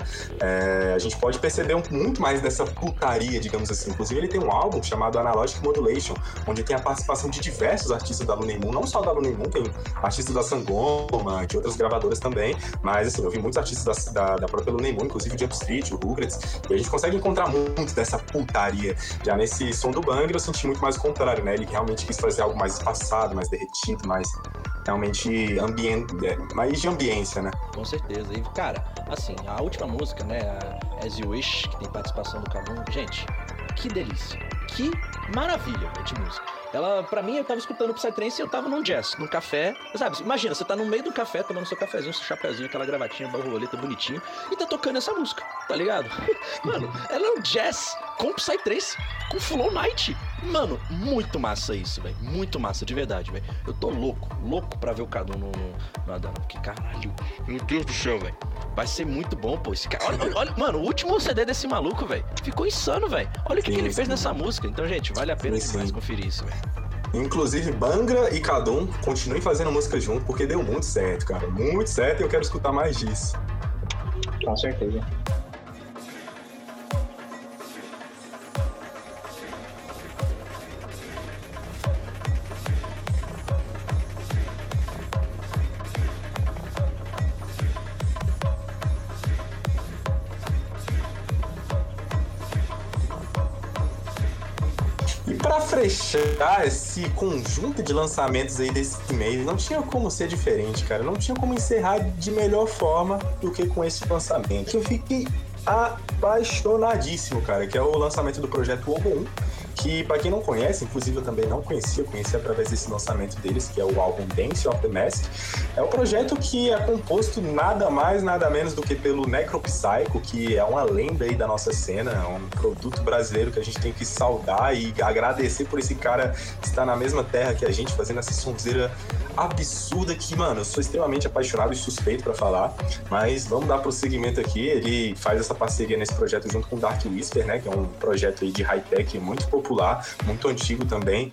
é, a gente pode perceber um, muito mais dessa putaria, digamos assim. Inclusive, ele tem um álbum chamado Analogic Modulation, onde tem a participação de diversos artistas da Luna Moon, não só da Luna Moon, tem artistas da Sangoma, de outras gravadoras também, mas assim, eu vi muitos artistas da, da, da própria Luna Moon, inclusive o Jump Street, o Rugrats, e a gente consegue encontrar muito dessa putaria. Já nesse som do Bangra eu senti muito mais o contrário, né? Ele realmente quis fazer algo mais espaçado, mais derretido, mais realmente ambiente, mais de ambiência, né? Com certeza. E, cara, assim, a última música, né? A As You Wish, que tem participação do Kadum. Gente, que delícia. Que maravilha, véio, de música. Ela, pra mim, eu tava escutando Psytrance e eu tava num jazz, num café. Sabe, imagina, você tá no meio do café, tomando seu cafezinho, seu chapeuzinho, aquela gravatinha, borboleta bonitinho, e tá tocando essa música, tá ligado? Mano, ela é um jazz com Psytrance, com Flow Night. Mano, muito massa isso, velho. Muito massa, de verdade, velho. Eu tô louco, louco pra ver o Cadu no, no, no Adana. Porque, caralho, meu Deus do céu, velho. Vai ser muito bom, pô. Esse cara. Olha, olha, mano, o último C D desse maluco, velho, ficou insano, velho. Olha o que, que ele fez nessa música. Então, gente, vale a pena sim, demais sim. conferir isso, velho. Inclusive, Bangra e Kadum continuem fazendo música junto, porque deu muito certo, cara. Muito certo e eu quero escutar mais disso. Com certeza. Pra fechar esse conjunto de lançamentos aí desse mês, não tinha como ser diferente, cara. Não tinha como encerrar de melhor forma do que com esse lançamento. Eu fiquei apaixonadíssimo, cara, que é o lançamento do projeto Obo um, que, pra quem não conhece, inclusive eu também não conhecia, conheci através desse lançamento deles, que é o álbum Dance of the Mask. É um projeto que é composto nada mais, nada menos do que pelo Necropsycho, que é uma lenda aí da nossa cena, é um produto brasileiro que a gente tem que saudar e agradecer por esse cara estar na mesma terra que a gente, fazendo essa sonzeira absurda que, mano, eu sou extremamente apaixonado e suspeito pra falar, mas vamos dar prosseguimento aqui. Ele faz essa parceria nesse projeto junto com o Dark Whisper, né, que é um projeto aí de high-tech muito popular, muito antigo também.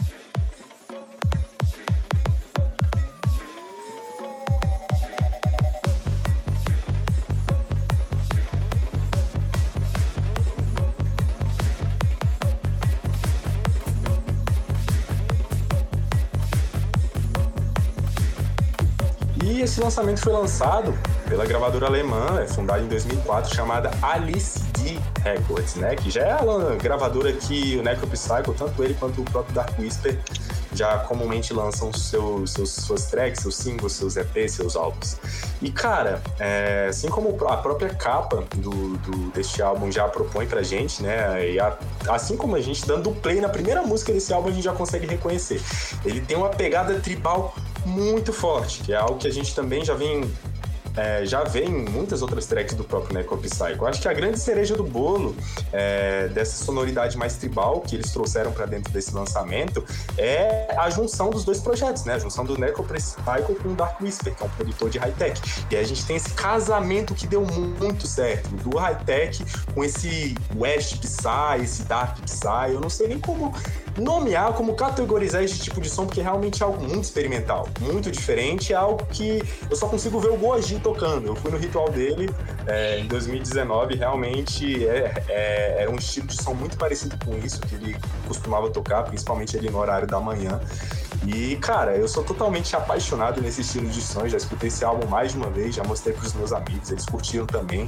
E esse lançamento foi lançado pela gravadora alemã, é fundada em dois mil e quatro, chamada Alice D Records, né? Que já é a gravadora que o Necropsycho, tanto ele quanto o próprio Dark Whisper, já comumente lançam seus, seus, suas tracks, seus singles, seus E Pês, seus álbuns. E, cara, é, assim como a própria capa do, do, deste álbum já propõe pra gente, né? E a, assim como a gente dando play na primeira música desse álbum, a gente já consegue reconhecer. Ele tem uma pegada tribal muito forte, que é algo que a gente também já vem é, já vê em muitas outras tracks do próprio Necropsycho. Eu acho que a grande cereja do bolo é, dessa sonoridade mais tribal que eles trouxeram para dentro desse lançamento é a junção dos dois projetos, né? A junção do Necropsycho com o Dark Whisper, que é um produtor de high-tech. E aí a gente tem esse casamento que deu muito certo, do high-tech com esse West Psy, esse Dark Psy. Eu não sei nem como nomear, como categorizar esse tipo de som, porque realmente é algo muito experimental, muito diferente, é algo que eu só consigo ver o Goji tocando. Eu fui no ritual dele é, em dois mil e dezenove, realmente é, é, era um estilo de som muito parecido com isso que ele costumava tocar, principalmente ali no horário da manhã. E, cara, eu sou totalmente apaixonado nesse estilo de som, já escutei esse álbum mais de uma vez, já mostrei pros meus amigos, eles curtiram também.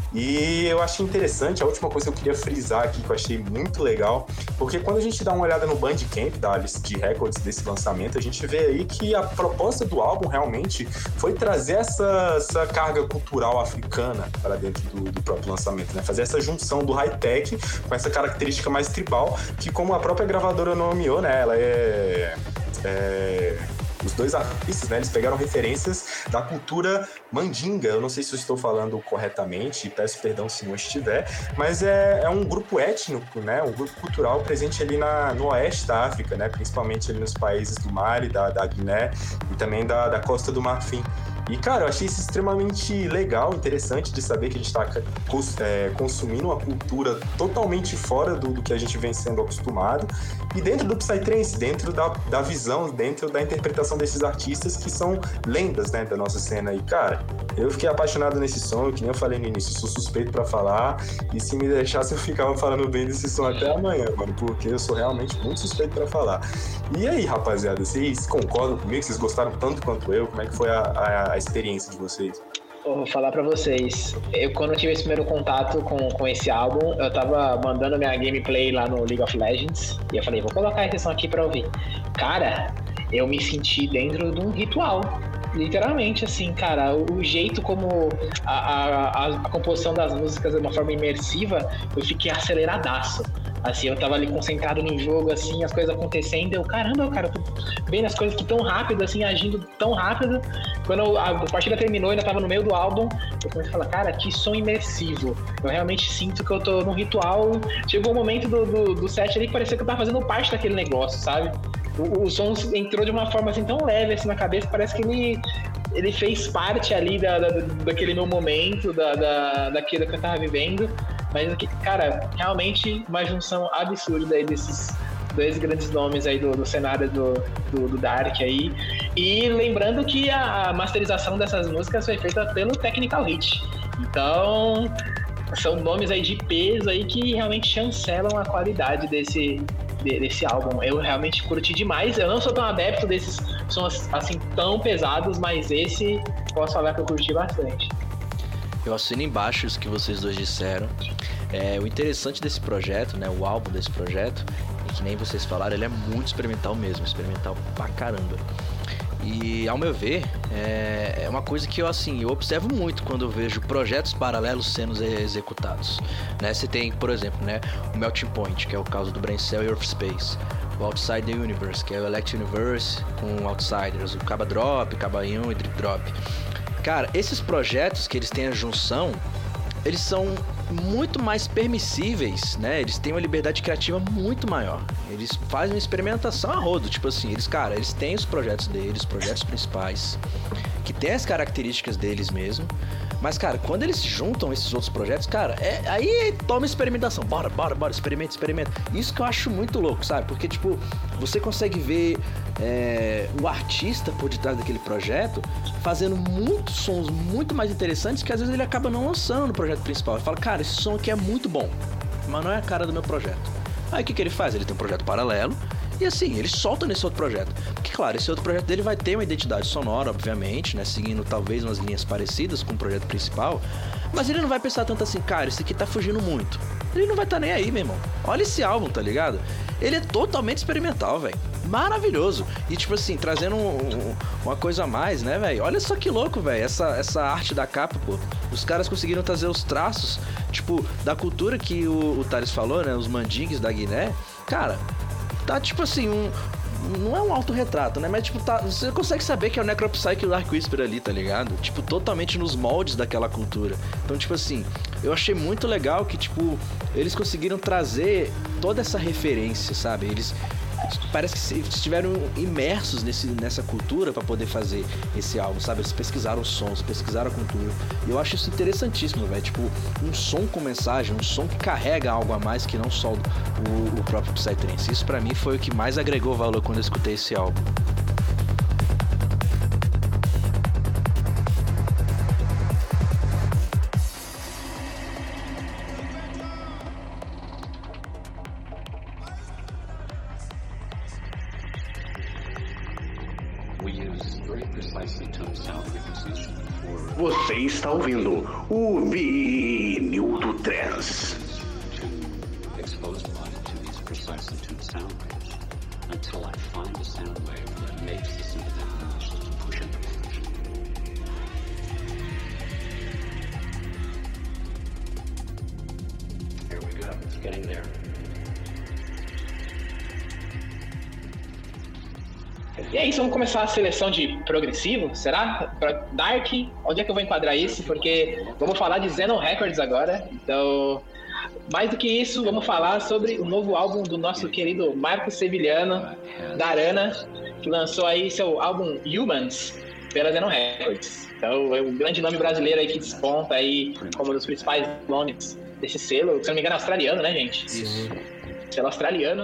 E eu achei interessante, a última coisa que eu queria frisar aqui, que eu achei muito legal, porque quando a gente dá uma olhada no Bandcamp da Alice de Records desse lançamento, a gente vê aí que a proposta do álbum realmente foi trazer essa, essa carga cultural africana para dentro do, do próprio lançamento, né? Fazer essa junção do high-tech com essa característica mais tribal, que como a própria gravadora nomeou, né? Ela é... É, os dois artistas, né, eles pegaram referências da cultura mandinga. Eu não sei se eu estou falando corretamente, peço perdão se não estiver, mas é, é um grupo étnico, né, um grupo cultural presente ali na, no oeste da África, né, principalmente ali nos países do Mali, da, da Guiné e também da, da Costa do Marfim. E, cara, eu achei isso extremamente legal, interessante de saber que a gente está é, consumindo uma cultura totalmente fora do, do que a gente vem sendo acostumado. E dentro do Psytrance, dentro da, da visão, dentro da interpretação desses artistas que são lendas, né, da nossa cena. E, cara, eu fiquei apaixonado nesse som, que nem eu falei no início, sou suspeito pra falar. E se me deixasse, eu ficava falando bem desse som até amanhã, mano, porque eu sou realmente muito suspeito pra falar. E aí, rapaziada, vocês concordam comigo? Vocês gostaram tanto quanto eu? Como é que foi a, a, a experiência de vocês? Vou falar pra vocês, eu quando eu tive esse primeiro contato com, com esse álbum, eu tava mandando minha gameplay lá no League of Legends e eu falei, vou colocar esse som aqui pra ouvir. Cara, eu me senti dentro de um ritual, literalmente, assim, cara, o jeito como a, a, a composição das músicas de uma forma imersiva, eu fiquei aceleradaço. Assim, eu tava ali concentrado no jogo, assim, as coisas acontecendo, eu, caramba, cara, eu tô vendo as coisas que tão rápido, assim, agindo tão rápido. Quando a, a partida terminou, ainda tava no meio do álbum, eu comecei a falar, cara, que som imersivo. Eu realmente sinto que eu tô num ritual. Chegou um momento do, do, do set ali que parecia que eu tava fazendo parte daquele negócio, sabe? O, o som entrou de uma forma, assim, tão leve, assim, na cabeça, parece que ele... ele fez parte ali da, da, daquele meu momento, da, da, daquilo que eu tava vivendo. Mas, cara, realmente uma junção absurda aí desses dois grandes nomes aí do, do cenário do, do, do Dark aí. E lembrando que a masterização dessas músicas foi feita pelo Technical Hit. Então, são nomes aí de peso aí que realmente chancelam a qualidade desse, desse álbum. Eu realmente curti demais. Eu não sou tão adepto desses sons assim tão pesados, mas esse posso falar que eu curti bastante. Eu assino embaixo isso que vocês dois disseram. É, o interessante desse projeto, né, o álbum desse projeto, é que nem vocês falaram, ele é muito experimental mesmo, experimental pra caramba. E, ao meu ver, é, é uma coisa que eu, assim, eu observo muito quando eu vejo projetos paralelos sendo executados. Né? Você tem, por exemplo, né, o Melting Point, que é o caso do Braincell e Earth Space. O Outside the Universe, que é o Elect Universe com Outsiders. O Kaba Drop, Kaba Ion e Drip Drop. Cara, esses projetos que eles têm a junção, eles são muito mais permissíveis, né? Eles têm uma liberdade criativa muito maior. Eles fazem uma experimentação a rodo, tipo assim, eles, cara, eles têm os projetos deles, os projetos principais, que tem as características deles mesmo. Mas, cara, quando eles juntam esses outros projetos, cara, é, aí toma experimentação. Bora, bora, bora, experimenta, experimenta. Isso que eu acho muito louco, sabe? Porque, tipo, você consegue ver é, o artista por detrás daquele projeto fazendo muitos sons muito mais interessantes que às vezes ele acaba não lançando no projeto principal. Ele fala, cara, esse som aqui é muito bom, mas não é a cara do meu projeto. Aí o que, que ele faz? Ele tem um projeto paralelo. E assim, ele solta nesse outro projeto. Porque, claro, esse outro projeto dele vai ter uma identidade sonora, obviamente, né? Seguindo talvez umas linhas parecidas com o projeto principal. Mas ele não vai pensar tanto assim, cara, esse aqui tá fugindo muito. Ele não vai tá nem aí, meu irmão. Olha esse álbum, tá ligado? Ele é totalmente experimental, velho. Maravilhoso. E, tipo assim, trazendo um, um, uma coisa a mais, né, velho? Olha só que louco, velho. Essa, essa arte da capa, pô. Os caras conseguiram trazer os traços, tipo, da cultura que o, o Thales falou, né? Os mandingues da Guiné. Cara... Tá tipo assim, um, Não é um autorretrato, né? Mas, tipo, tá, você consegue saber que é o Necropsy e o Dark Whisper ali, tá ligado? Tipo, totalmente nos moldes daquela cultura. Então, tipo assim, eu achei muito legal que, tipo, eles conseguiram trazer toda essa referência, sabe? Eles parece que estiveram imersos nesse, nessa cultura pra poder fazer esse álbum, sabe? Eles pesquisaram os sons, pesquisaram a cultura. E eu acho isso interessantíssimo, velho. Tipo, um som com mensagem, um som que carrega algo a mais que não só o, o próprio Psytrance. Isso pra mim foi o que mais agregou valor quando eu escutei esse álbum. Você está ouvindo o Vinil do Trance. E é isso, vamos começar a seleção de progressivo, será? Pra Dark, onde é que eu vou enquadrar isso? Porque vamos falar de Xenon Records agora, então... Mais do que isso, vamos falar sobre o novo álbum do nosso querido Marco Seviliano, Dharana, que lançou aí seu álbum Humans pela Xenon Records. Então é um grande nome brasileiro aí que desponta aí como um dos principais nomes desse selo, se não me engano é australiano, né, gente? Isso. Selo australiano.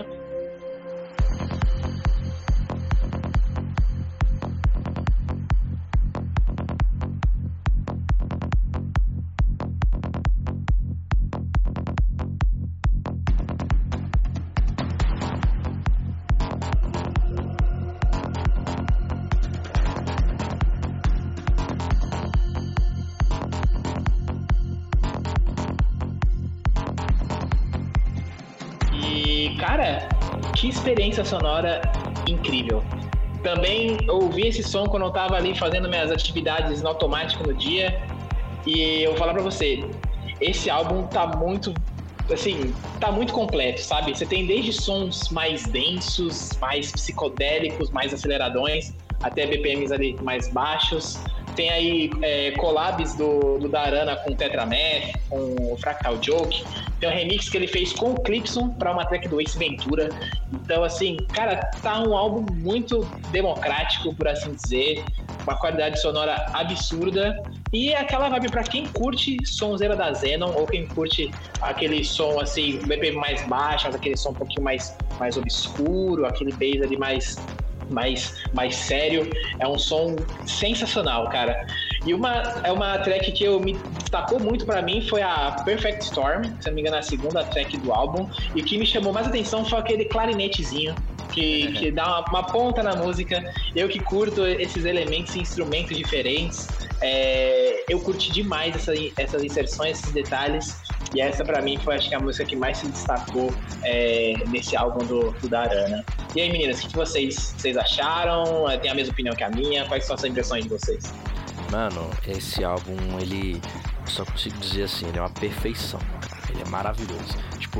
Cara, que experiência sonora incrível. Também ouvi esse som quando eu tava ali fazendo minhas atividades no automático no dia. E eu vou falar pra você, esse álbum tá muito, assim, tá muito completo, sabe? Você tem desde sons mais densos, mais psicodélicos, mais aceleradões, até B P Ms ali mais baixos. Tem aí é, collabs do, do Dharana com o Tetramath, com o Fractal Joke. Tem um remix que ele fez com o Clipson para uma track do Ace Ventura. Então, assim, cara, tá um álbum muito democrático, por assim dizer. Uma qualidade sonora absurda. E é aquela vibe pra quem curte sonzeira da Xenon, ou quem curte aquele som, assim, B P M mais baixo, aquele som um pouquinho mais, mais obscuro, aquele bass ali mais... Mais, mais sério, é um som sensacional, cara. E uma, é uma track que eu me destacou muito pra mim foi a Perfect Storm, se não me engano, a segunda track do álbum. E o que me chamou mais atenção foi aquele clarinetezinho que, que dá uma, uma ponta na música. Eu que curto esses elementos e instrumentos diferentes, é, eu curti demais essa, essas inserções, esses detalhes. E essa pra mim foi, acho que, a música que mais se destacou é, nesse álbum do, do Dharana. E aí, meninas, o que vocês, vocês acharam? Tem a mesma opinião que a minha? Quais são as impressões de vocês? Mano, esse álbum, ele... Eu só consigo dizer assim, ele é uma perfeição. Ele é maravilhoso. Tipo,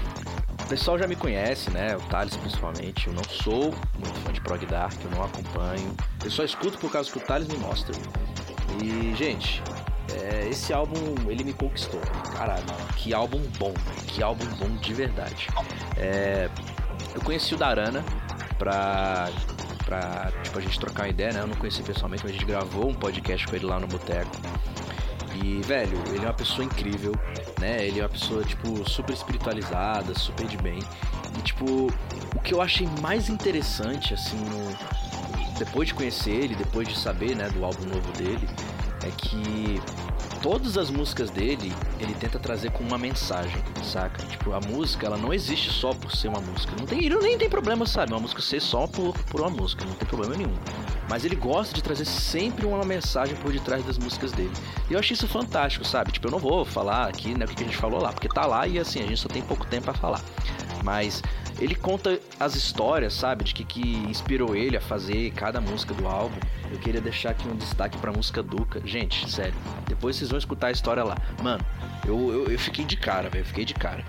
o pessoal já me conhece, né? O Thales, principalmente. Eu não sou muito fã de prog dark, eu não acompanho. Eu só escuto por causa que o Thales me mostra. E, gente... É, esse álbum, ele me conquistou. Caralho, que álbum bom, que álbum bom de verdade. É, eu conheci o Dharana pra, pra tipo, a gente trocar uma ideia, né? Eu não conheci pessoalmente, mas a gente gravou um podcast com ele lá no Boteco. E, velho, ele é uma pessoa incrível, né? Ele é uma pessoa, tipo, super espiritualizada, super de bem. E, tipo, o que eu achei mais interessante, assim, no... depois de conhecer ele, depois de saber, né, do álbum novo dele, é que todas as músicas dele, ele tenta trazer com uma mensagem, saca? Tipo, a música, ela não existe só por ser uma música. Não tem, ele nem tem problema, sabe? Uma música ser só por, por uma música, não tem problema nenhum. Mas ele gosta de trazer sempre uma mensagem por detrás das músicas dele. E eu achei isso fantástico, sabe? Tipo, eu não vou falar aqui, né, o que a gente falou lá, porque tá lá e, assim, a gente só tem pouco tempo pra falar. Mas ele conta as histórias, sabe? De que, que inspirou ele a fazer cada música do álbum. Eu queria deixar aqui um destaque pra música Duca. Gente, sério, depois vocês vão escutar a história lá. Mano, eu, eu, eu fiquei de cara, velho, eu fiquei de cara.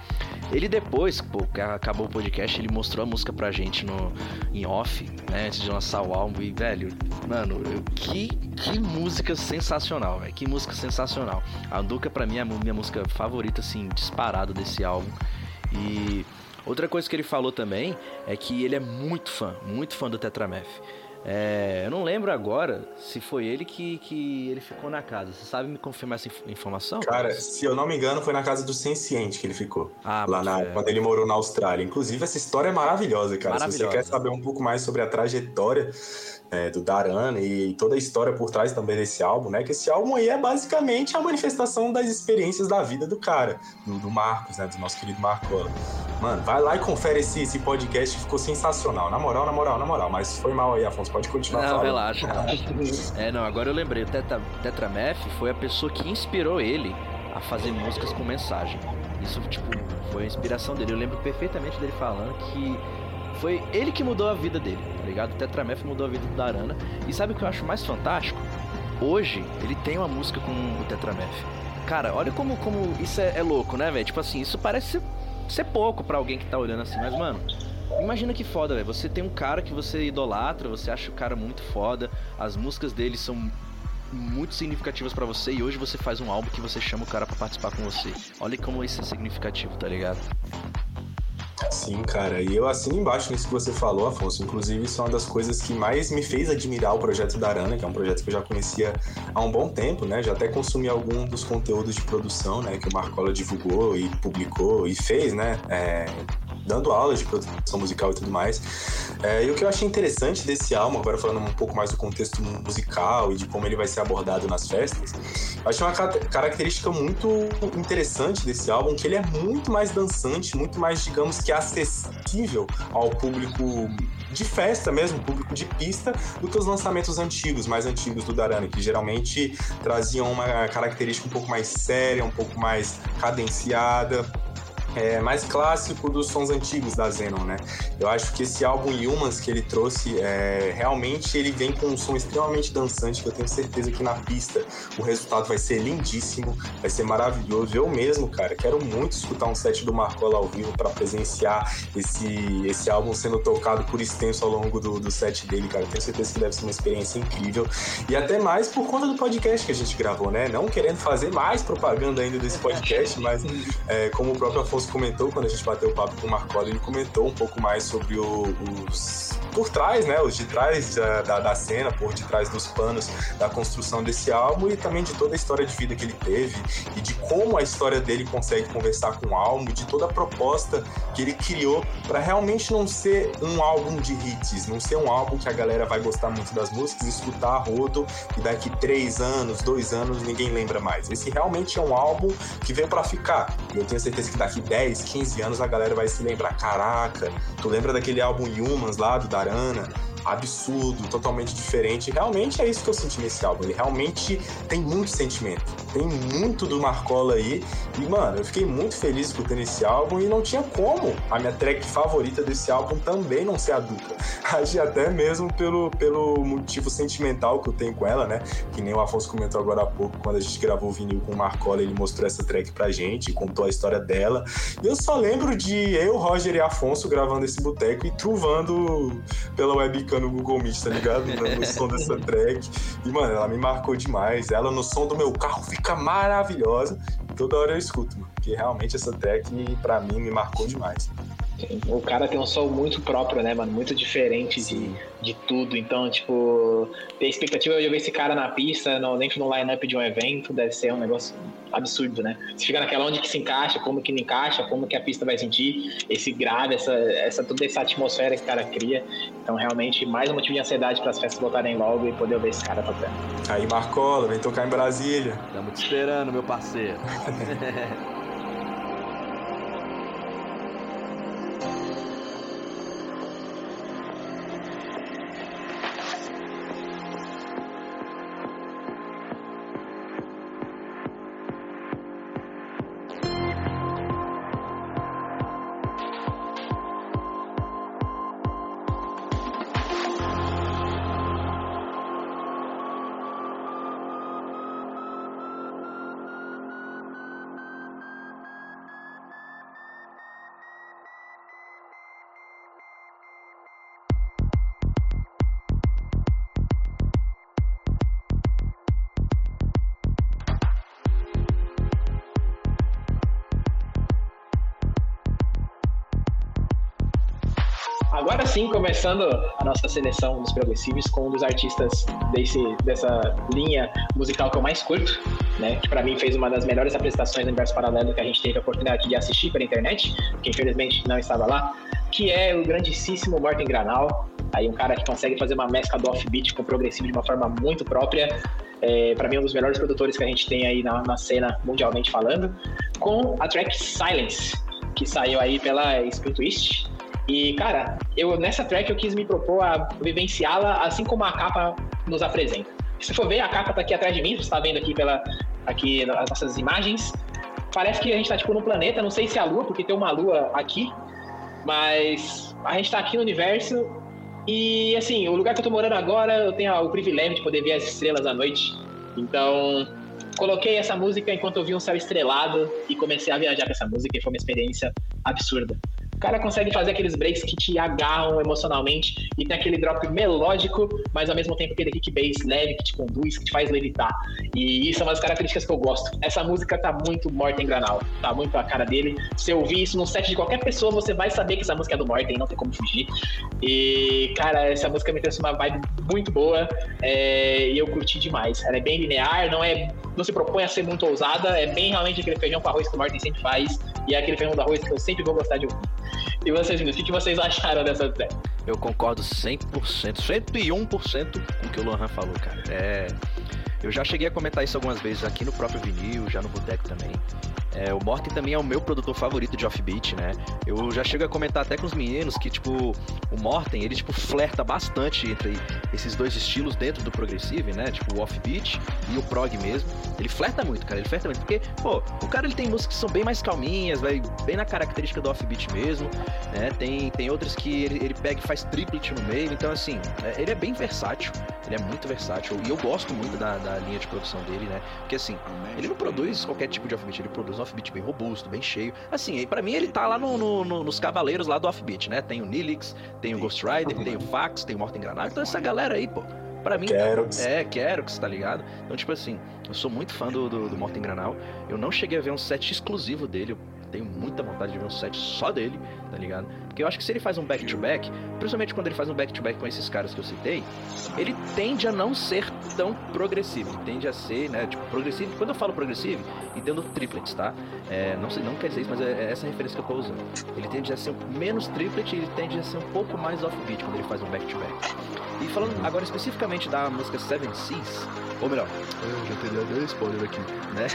Ele depois, pô, que acabou o podcast, ele mostrou a música pra gente no, em off, né, antes de lançar o álbum. E, velho, mano, eu, que, que música sensacional, velho. Que música sensacional. A Duca, pra mim, é a minha música favorita, assim, disparada desse álbum. E outra coisa que ele falou também é que ele é muito fã, muito fã do Tetrameth. É, eu não lembro agora se foi ele que, que ele ficou na casa. Você sabe me confirmar essa informação? Cara, se eu não me engano, foi na casa do Senciente que ele ficou. Ah, lá na, quando ele morou na Austrália. Inclusive, essa história é maravilhosa, cara. Maravilhosa. Se você quer saber um pouco mais sobre a trajetória é, do Dharana e toda a história por trás também desse álbum, né? Que esse álbum aí é basicamente a manifestação das experiências da vida do cara, do, do Marcos, né? Do nosso querido Marcola. Mano, vai lá e confere esse, esse podcast que ficou sensacional. Na moral, na moral, na moral. Mas foi mal aí, Afonso. Pode continuar não, falando. Relaxa, relaxa. É, não, agora eu lembrei. O Tetra, Tetrameth foi a pessoa que inspirou ele a fazer músicas com mensagem. Isso, tipo, foi a inspiração dele. Eu lembro perfeitamente dele falando que foi ele que mudou a vida dele, tá ligado? O Tetrameth mudou a vida do Dharana. E sabe o que eu acho mais fantástico? Hoje, ele tem uma música com o Tetrameth. Cara, olha como, como isso é, é louco, né, velho? Tipo assim, isso parece ser, ser pouco pra alguém que tá olhando assim, mas, mano... Imagina que foda, velho. Você tem um cara que você idolatra, você acha o cara muito foda, as músicas dele são muito significativas pra você e hoje você faz um álbum que você chama o cara pra participar com você. Olha como isso é significativo, tá ligado? Sim, cara, e eu assino embaixo nisso que você falou, Afonso. Inclusive, isso é uma das coisas que mais me fez admirar o projeto Dharana, que é um projeto que eu já conhecia há um bom tempo, né? Já até consumi algum dos conteúdos de produção, né? Que o Marcola divulgou e publicou e fez, né? É... dando aulas de produção musical e tudo mais. É, e o que eu achei interessante desse álbum, agora falando um pouco mais do contexto musical e de como ele vai ser abordado nas festas, eu achei uma característica muito interessante desse álbum, que ele é muito mais dançante, muito mais, digamos que acessível ao público de festa mesmo, público de pista, do que os lançamentos antigos, mais antigos do Dharana, que geralmente traziam uma característica um pouco mais séria, um pouco mais cadenciada, É, mais clássico dos sons antigos da Xenon, né? Eu acho que esse álbum Humans que ele trouxe, é, realmente ele vem com um som extremamente dançante, que eu tenho certeza que na pista o resultado vai ser lindíssimo, vai ser maravilhoso. Eu mesmo, cara, quero muito escutar um set do Marcola ao vivo para presenciar esse, esse álbum sendo tocado por extenso ao longo do, do set dele, cara. Eu tenho certeza que deve ser uma experiência incrível. E até mais por conta do podcast que a gente gravou, né? Não querendo fazer mais propaganda ainda desse podcast, mas é, como o próprio Afonso comentou quando a gente bateu o papo com o Marcola, ele comentou um pouco mais sobre o, os por trás, né, os de trás da, da, da cena, por de trás dos panos da construção desse álbum e também de toda a história de vida que ele teve e de como a história dele consegue conversar com o álbum, de toda a proposta que ele criou para realmente não ser um álbum de hits, não ser um álbum que a galera vai gostar muito das músicas, escutar a rodo e daqui três anos, dois anos ninguém lembra mais. Esse realmente é um álbum que veio para ficar. E eu tenho certeza que daqui dez, quinze anos a galera vai se lembrar, caraca, tu lembra daquele álbum Humans lá do Dharana? Absurdo, totalmente diferente. Realmente é isso que eu senti nesse álbum. Ele realmente tem muito sentimento, tem muito do Marcola aí. E, mano, eu fiquei muito feliz escutando esse álbum e não tinha como a minha track favorita desse álbum também não ser a Duca. Acho até mesmo pelo, pelo motivo sentimental que eu tenho com ela, né? Que nem o Afonso comentou agora há pouco, quando a gente gravou o vinil com o Marcola, ele mostrou essa track pra gente, contou a história dela. E eu só lembro de eu, Roger e Afonso gravando esse boteco e truvando pela webcam no Google Meet, tá ligado? No som dessa track. E, mano, ela me marcou demais. Ela no som do meu carro fica maravilhosa. Toda hora eu escuto, mano. Porque realmente essa track, pra mim, me marcou demais. O cara tem um som muito próprio, né, mano? Muito diferente de, de tudo. Então, tipo, ter expectativa de ver esse cara na pista, no, dentro do line-up de um evento, deve ser um negócio absurdo, né? Você fica naquela onde que se encaixa, como que não encaixa, como que a pista vai sentir, esse grave, essa, essa, toda essa atmosfera que o cara cria. Então, realmente, mais um motivo de ansiedade para as festas voltarem logo e poder ver esse cara tocando. Aí, Marcola, vem tocar em Brasília. Estamos te esperando, meu parceiro. agora sim, começando a nossa seleção dos progressivos com um dos artistas desse, dessa linha musical que eu mais curto, né? Que pra mim fez uma das melhores apresentações do Universo Paralelo que a gente teve a oportunidade de assistir pela internet, que infelizmente não estava lá, que é o grandíssimo Morten Granal. Aí um cara que consegue fazer uma mescla do offbeat com o progressivo de uma forma muito própria. É, para mim, um dos melhores produtores que a gente tem aí na, na cena mundialmente falando, com a track Silence, que saiu aí pela Spin Twist. E, cara, eu, nessa track eu quis me propor a vivenciá-la assim como a capa nos apresenta. Se for ver, a capa tá aqui atrás de mim, você está vendo aqui, pela, aqui as nossas imagens. Parece que a gente tá tipo num planeta, não sei se é a Lua, porque tem uma Lua aqui, mas a gente tá aqui no universo. E, assim, o lugar que eu tô morando agora, eu tenho o privilégio de poder ver as estrelas à noite. Então, coloquei essa música enquanto eu vi um céu estrelado e comecei a viajar com essa música e foi uma experiência absurda. O cara consegue fazer aqueles breaks que te agarram emocionalmente e tem aquele drop melódico, mas ao mesmo tempo aquele kick bass leve que te conduz, que te faz levitar. E isso é uma das características que eu gosto. Essa música tá muito Morten Granal, tá muito a cara dele. Se eu ouvir isso num set de qualquer pessoa, você vai saber que essa música é do Morten, não tem como fugir. E, cara, essa música me trouxe uma vibe muito boa, é, e eu curti demais. Ela é bem linear, não, é, não se propõe a ser muito ousada, é bem realmente aquele feijão com arroz que o Morten sempre faz, e é aquele feijão com arroz que eu sempre vou gostar de ouvir. E vocês, meninos, o que vocês acharam dessa track? Eu concordo cem por cento, cento e um por cento com o que o Lohan falou, cara. É... Eu já cheguei a comentar isso algumas vezes aqui no próprio vinil, já no boteco também. É, o Morten também é o meu produtor favorito de offbeat, né? Eu já chego a comentar até com os meninos que, tipo, o Morten, ele, tipo, flerta bastante entre esses dois estilos dentro do progressive, né? Tipo, o offbeat e o prog mesmo. Ele flerta muito, cara, ele flerta muito. Porque, pô, o cara, ele tem músicas que são bem mais calminhas, vai bem na característica do offbeat mesmo, né? Tem, tem outras que ele, ele pega e faz triplet no meio. Então, assim, é, ele é bem versátil, ele é muito versátil. E eu gosto muito da, da linha de produção dele, né? Porque, assim, ele não produz qualquer tipo de offbeat, ele produz um offbeat bem robusto, bem cheio. Assim, pra mim ele tá lá no, no, no, nos cavaleiros lá do offbeat, né? Tem o Nilix, tem o Ghost Rider, tem o Fax, tem o Morten Granal. Então essa galera aí, pô, pra mim... Kerox. É, Kerox, tá ligado? Então, tipo assim, eu sou muito fã do, do, do Morten Granal. Eu não cheguei a ver um set exclusivo dele, eu tenho muita vontade de ver um set só dele, tá ligado? Porque eu acho que se ele faz um back-to-back, principalmente quando ele faz um back-to-back com esses caras que eu citei, ele tende a não ser tão progressivo, ele tende a ser, né, tipo, progressivo. Quando eu falo progressivo, entendo triplets, tá? É, não sei, não quer dizer isso, mas é, é essa a referência que eu tô usando. Ele tende a ser menos triplet e ele tende a ser um pouco mais offbeat quando ele faz um back-to-back. E falando agora especificamente da música Seven Seas, ou melhor, eu já teria dado spoiler aqui, né?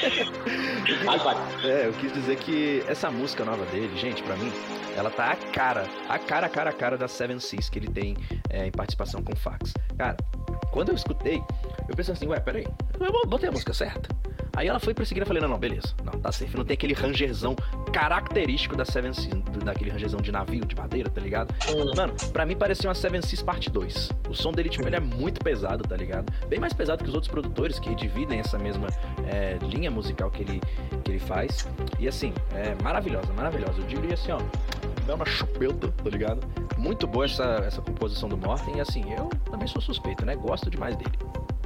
Vai, vai. É, eu quis dizer que essa música nova dele, gente, pra mim, ela tá a cara, a cara, a cara, a cara da Seven Seas que ele tem é, em participação com o Fax. Cara, quando eu escutei, eu pensei assim, ué, peraí, eu botei a música certa. Aí ela foi perseguindo e eu falei, não, não, beleza, não, tá safe, não tem aquele rangerzão característico da Seven Seas, daquele rangerzão de navio, de madeira, tá ligado? Mano, pra mim parecia uma Seven Seas parte dois. O som dele, tipo, ele é muito pesado, tá ligado? Bem mais pesado que os outros produtores que dividem essa mesma é, linha musical que ele, que ele faz. E assim, é maravilhosa, maravilhosa. Eu diria assim, ó, dá uma chupeta, tá ligado? Muito boa essa, essa composição do Morten e assim, eu também sou suspeito, né? Gosto demais dele.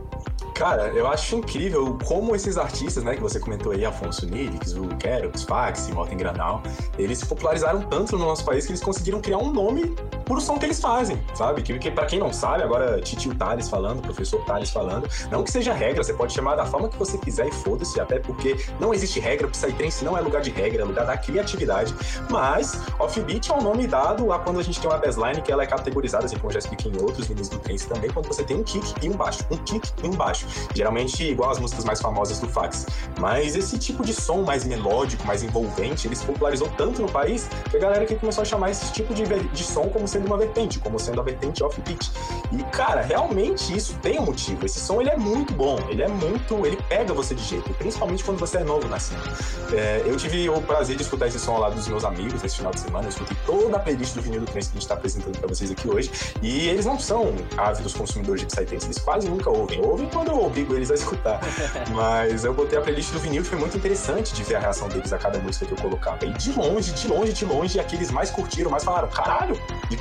Cara, eu acho incrível como esses artistas, né, que você comentou aí, Afonso Nilix, o Kerox, Fax e Morten Granal, eles se popularizaram tanto no nosso país que eles conseguiram criar um nome por som que eles fazem, sabe? Que, que pra quem não sabe, agora Titio Thales falando, professor Thales falando, não que seja regra, você pode chamar da forma que você quiser e foda-se, até porque não existe regra, Psytrance não é lugar de regra, é lugar da criatividade, mas offbeat é um nome dado a quando a gente tem uma bassline que ela é categorizada, assim como eu já expliquei em outros vídeos do trance também, quando você tem um kick e um baixo, um kick e um baixo. Geralmente igual as músicas mais famosas do Fax. Mas esse tipo de som mais melódico, mais envolvente, ele se popularizou tanto no país que a galera aqui começou a chamar esse tipo de, de som como sendo uma vertente, como sendo a vertente offbeat. E, cara, realmente isso tem um motivo. Esse som, ele é muito bom, ele é muito... ele pega você de jeito, principalmente quando você é novo na cena. É, eu tive o prazer de escutar esse som ao lado dos meus amigos nesse final de semana, eu escutei toda a playlist do vinil do trance que a gente tá apresentando pra vocês aqui hoje, e eles não são ávidos consumidores de Psytrance, eles quase nunca ouvem. Ouvem quando eu obrigo eles a escutar. Mas eu botei a playlist do vinil e foi muito interessante de ver a reação deles a cada música que eu colocava. E de longe, de longe, de longe, aqueles mais curtiram, mais falaram, caralho, de quem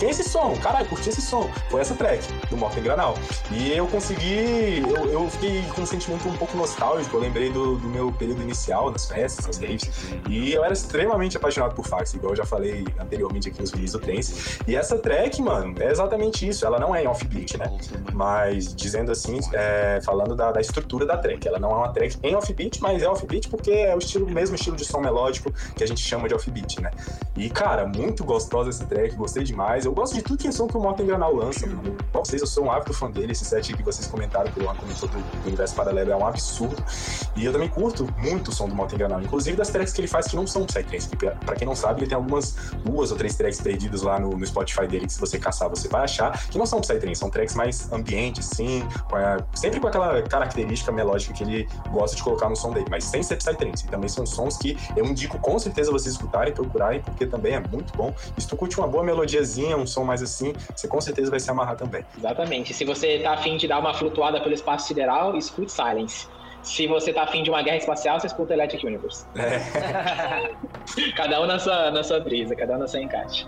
tem esse som, caralho, curti esse som. Foi essa track do Morten Granal. E eu consegui, eu, eu fiquei com um sentimento um pouco nostálgico, eu lembrei do, do meu período inicial, das festas, das raves, e eu era extremamente apaixonado por Fax, igual eu já falei anteriormente aqui nos vídeos do Trance. E essa track, mano, é exatamente isso, ela não é em offbeat, né? Mas, dizendo assim, é, falando da, da estrutura da track, ela não é uma track em offbeat, mas é offbeat porque é o estilo, mesmo estilo de som melódico que a gente chama de offbeat, né? E, cara, muito gostosa essa track, gostei demais. Eu gosto de tudo que é som que o Morten Granal lança, mano. Pra vocês, eu sou um ávido fã dele. Esse set que vocês comentaram, que o Luan comentou do, do Universo Paralelo, é um absurdo. E eu também curto muito o som do Morten Granal, inclusive das tracks que ele faz que não são Psytrance, que pra quem não sabe, ele tem algumas duas ou três tracks perdidas lá no, no Spotify dele, que se você caçar, você vai achar, que não são Psytrance, são tracks mais ambientes, sim, com a, sempre com aquela característica melódica que ele gosta de colocar no som dele, mas sem ser Psytrance. E também são sons que eu indico com certeza vocês escutarem, procurarem, porque também é muito bom. E se tu curte uma boa melodiazinha, um som mais assim, você com certeza vai se amarrar também. Exatamente. Se você tá afim de dar uma flutuada pelo espaço sideral, escute Silence. Se você tá afim de uma guerra espacial, você escuta Electric Universe. É. Cada um na sua, na sua brisa, cada um na sua encaixe.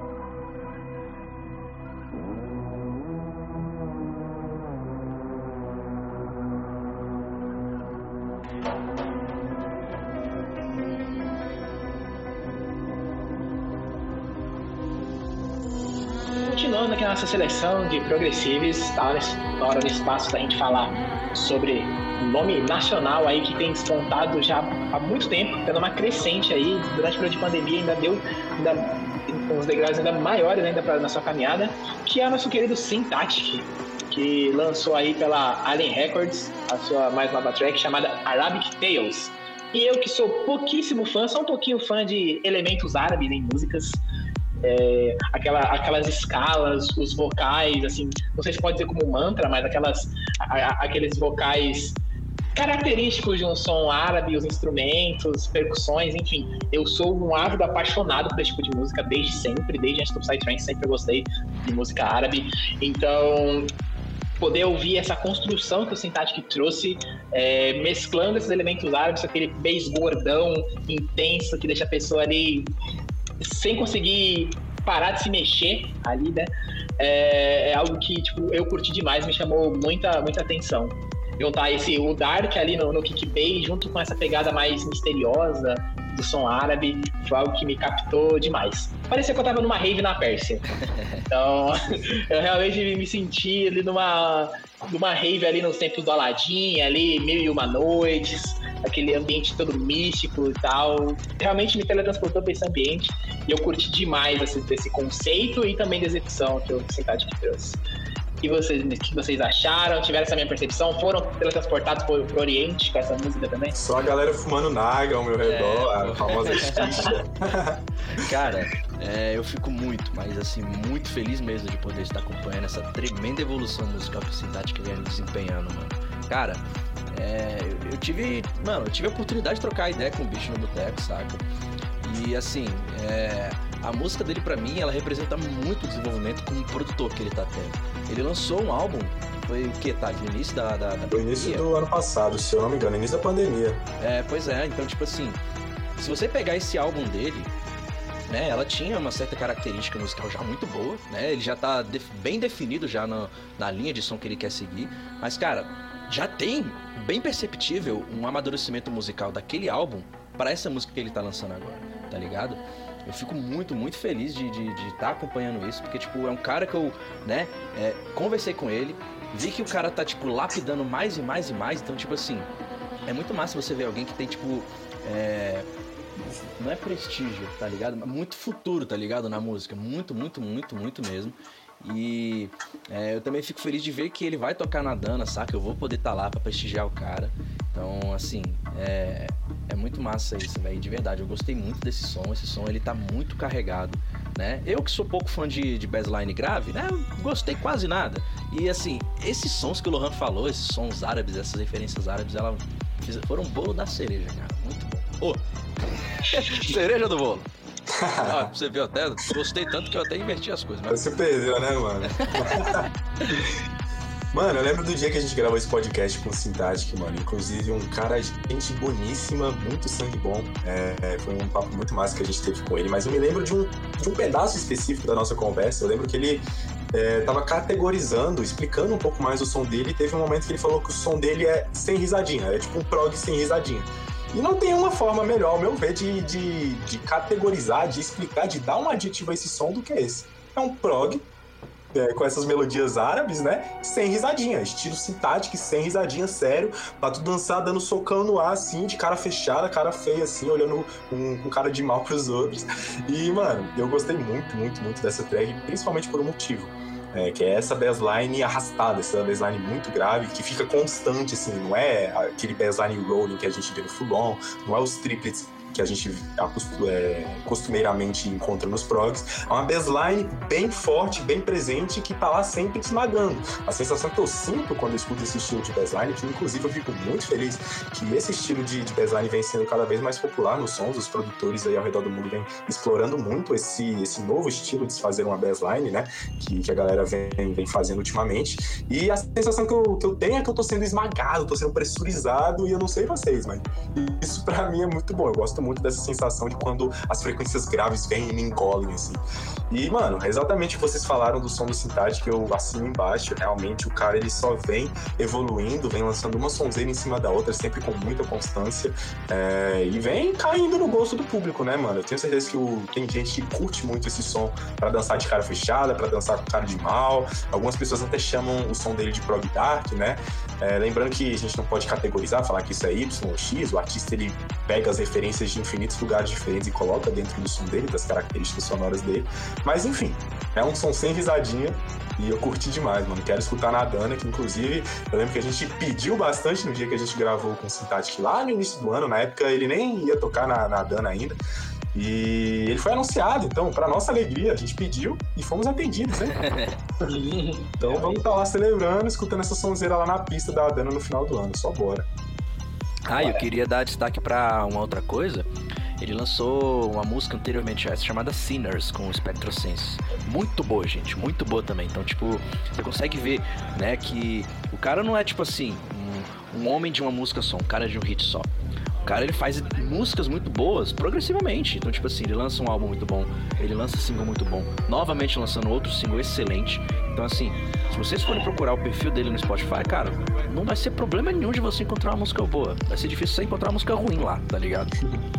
Continuando aqui na nossa seleção de progressives, tá na hora do espaço da gente falar sobre um nome nacional aí que tem despontado já há muito tempo, tendo uma crescente aí, durante o período de pandemia ainda deu ainda, uns degraus ainda maiores ainda pra, na sua caminhada, que é o nosso querido Syntactic, que lançou aí pela Alien Records a sua mais nova track chamada Arabic Tales. E eu que sou pouquíssimo fã, sou um pouquinho fã de elementos árabes em músicas, É, aquela, aquelas escalas, os vocais, assim, não sei se pode dizer como mantra, mas aquelas, a, a, aqueles vocais característicos de um som árabe, os instrumentos, percussões, enfim. Eu sou um ávido apaixonado por esse tipo de música desde sempre, desde antes do Psytrance, sempre gostei de música árabe. Então, poder ouvir essa construção que o Syntactic trouxe, é, mesclando esses elementos árabes, aquele bass gordão, intenso, que deixa a pessoa ali sem conseguir parar de se mexer ali, né? É, é algo que, tipo, eu curti demais, me chamou muita, muita atenção. Juntar esse, o Dark ali no, no kick bass, junto com essa pegada mais misteriosa do som árabe, foi algo que me captou demais. Parecia que eu tava numa rave na Pérsia. Então, eu realmente me senti ali numa, numa rave ali nos tempos do Aladdin, ali, Mil e Uma Noites, aquele ambiente todo místico e tal. Realmente me teletransportou para esse ambiente e eu curti demais esse, esse conceito e também da execução que o Syntactic trouxe. E vocês, o que vocês acharam? Tiveram essa minha percepção? Foram teletransportados pro, pro Oriente com essa música também? Só a galera fumando naga ao meu redor, é, a famosa xixa. Cara, é, eu fico muito, mas assim, muito feliz mesmo de poder estar acompanhando essa tremenda evolução musical que o Syntactic vem desempenhando, mano. Cara, é, eu, eu tive, mano, eu tive a oportunidade de trocar ideia com o bicho no boteco, saca? E assim, é, a música dele pra mim, ela representa muito o desenvolvimento como produtor que ele tá tendo. Ele lançou um álbum, foi o que, tá? No início da, da, da Foi no início do ano passado, se eu não me engano, início da pandemia. É, pois é, então tipo assim, se você pegar esse álbum dele, né, ela tinha uma certa característica musical já muito boa, né? Ele já tá def- bem definido já na, na linha de som que ele quer seguir, mas cara, já tem bem perceptível um amadurecimento musical daquele álbum para essa música que ele tá lançando agora, tá ligado? Eu fico muito, muito feliz de estar de, de tá acompanhando isso, porque, tipo, é um cara que eu, né, é, conversei com ele, vi que o cara tá, tipo, lapidando mais e mais e mais, então, tipo assim, é muito massa você ver alguém que tem, tipo, é, não é prestígio, tá ligado? Muito futuro, tá ligado? Na música, muito, muito, muito, muito mesmo. E é, eu também fico feliz de ver que ele vai tocar na Dana, saca? Eu vou poder estar tá lá pra prestigiar o cara. Então, assim, é, é muito massa isso, velho. De verdade, eu gostei muito desse som. Esse som, ele tá muito carregado, né? Eu que sou pouco fã de, de bassline grave, né? Eu gostei quase nada. E, assim, esses sons que o Lohan falou, esses sons árabes, essas referências árabes, elas foram um bolo da cereja, cara. Muito bom. Ô, oh, cereja do bolo. Ah, você viu, até gostei tanto que eu até inverti as coisas. Mas... Você perdeu, né, mano? Mano, eu lembro do dia que a gente gravou esse podcast com o Syntactic, mano. Inclusive, um cara, gente boníssima, muito sangue bom. É, foi um papo muito massa que a gente teve com ele. Mas eu me lembro de um, de um pedaço específico da nossa conversa. Eu lembro que ele é, tava categorizando, explicando um pouco mais o som dele. E teve um momento que ele falou que o som dele é sem risadinha. É tipo um prog sem risadinha. E não tem uma forma melhor, ao meu ver, de, de, de categorizar, de explicar, de dar um adjetivo a esse som do que esse. É um prog, é, com essas melodias árabes, né? Sem risadinha, estilo Syntactic, sem risadinha, sério, pra tu dançar dando socão no ar, assim, de cara fechada, cara feia, assim, olhando com, com cara de mal pros outros. E, mano, eu gostei muito, muito, muito dessa track, principalmente por um motivo. É, que é essa bassline arrastada, essa bassline muito grave, que fica constante, assim, não é aquele bassline rolling que a gente vê no full on, não é os triplets que a gente é, costumeiramente encontra nos progs. É uma bassline bem forte, bem presente, que tá lá sempre esmagando. A sensação que eu sinto quando eu escuto esse estilo de bassline, que inclusive eu fico muito feliz que esse estilo de, de bassline vem sendo cada vez mais popular nos sons, os produtores aí ao redor do mundo vêm explorando muito esse, esse novo estilo de se fazer uma bassline, né, que, que a galera vem, vem fazendo ultimamente. E a sensação que eu, que eu tenho é que eu tô sendo esmagado, tô sendo pressurizado, e eu não sei vocês, mas isso pra mim é muito bom. Eu gosto muito dessa sensação de quando as frequências graves vêm e me engolem, assim. E, mano, exatamente o que vocês falaram do som do Syntactic, eu assino embaixo. Realmente, o cara, ele só vem evoluindo, vem lançando uma sonzeira em cima da outra, sempre com muita constância, é, e vem caindo no gosto do público, né, mano? Eu tenho certeza que o, tem gente que curte muito esse som pra dançar de cara fechada, pra dançar com cara de mal. Algumas pessoas até chamam o som dele de prog dark, né? É, lembrando que a gente não pode categorizar, falar que isso é Y ou X. O artista, ele pega as referências de infinitos lugares diferentes e coloca dentro do som dele, das características sonoras dele. Mas, enfim, é um som sem risadinha e eu curti demais, mano. Quero escutar na Dana, que inclusive eu lembro que a gente pediu bastante no dia que a gente gravou com o Syntactic lá no início do ano. Na época ele nem ia tocar na, na Dana ainda. E ele foi anunciado, então, pra nossa alegria, a gente pediu e fomos atendidos, né? Então vamos estar lá celebrando, escutando essa sonzeira lá na pista da Dana no final do ano. Só bora. Ah, eu queria dar destaque pra uma outra coisa. Ele lançou uma música anteriormente a essa chamada Sinners, com o Spectrosense. Muito boa, gente, muito boa também. Então, tipo, você consegue ver, né, que o cara não é, tipo assim, um, um homem de uma música só, um cara de um hit só. O cara, ele faz músicas muito boas, progressivamente. Então, tipo assim, ele lança um álbum muito bom, ele lança single muito bom, novamente lançando outro single excelente. Então, assim, se vocês forem procurar o perfil dele no Spotify, cara, não vai ser problema nenhum de você encontrar uma música boa. Vai ser difícil você encontrar uma música ruim lá, tá ligado?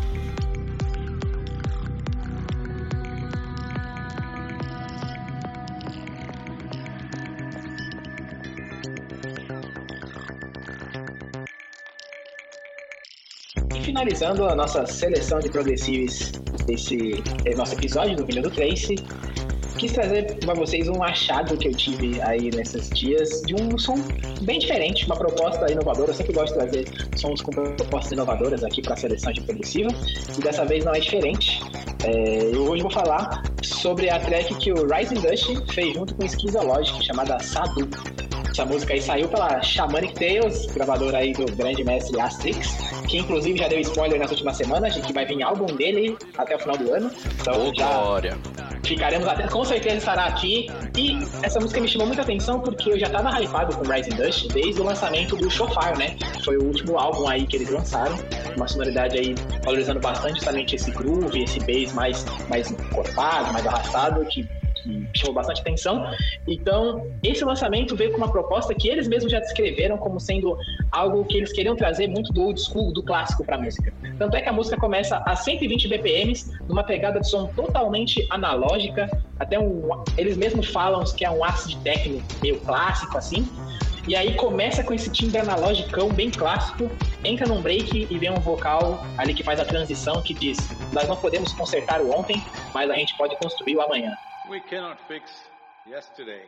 Finalizando a nossa seleção de progressivos desse nosso episódio do Vinil do Trace, quis trazer para vocês um achado que eu tive aí nesses dias de um som bem diferente, uma proposta inovadora. Eu sempre gosto de trazer sons com propostas inovadoras aqui para a seleção de progressiva, e dessa vez não é diferente. É, eu hoje vou falar sobre a track que o Rising Dust fez junto com o Schizologic, chamada Sadu. Essa música aí saiu pela Shamanic Tales, gravadora aí do grande mestre Astrix, que inclusive já deu spoiler nas últimas semanas de que vai vir álbum dele até o final do ano. Então oh, já glória. Ficaremos até, com certeza estará aqui. E essa música me chamou muita atenção porque eu já tava hypado com Rising Dust desde o lançamento do Shofar, né? Foi o último álbum aí que eles lançaram, uma sonoridade aí valorizando bastante justamente esse groove, esse bass mais, mais encorpado, mais arrastado, que que chamou bastante atenção. Então, esse lançamento veio com uma proposta que eles mesmos já descreveram como sendo algo que eles queriam trazer muito do old school, do clássico para a música. Tanto é que a música começa a cento e vinte B P Ms, numa pegada de som totalmente analógica, até um, eles mesmos falam que é um acid techno meio clássico assim. E aí começa com esse timbre analógicão bem clássico, entra num break e vem um vocal ali que faz a transição, que diz: nós não podemos consertar o ontem, mas a gente pode construir o amanhã. We cannot fix yesterday,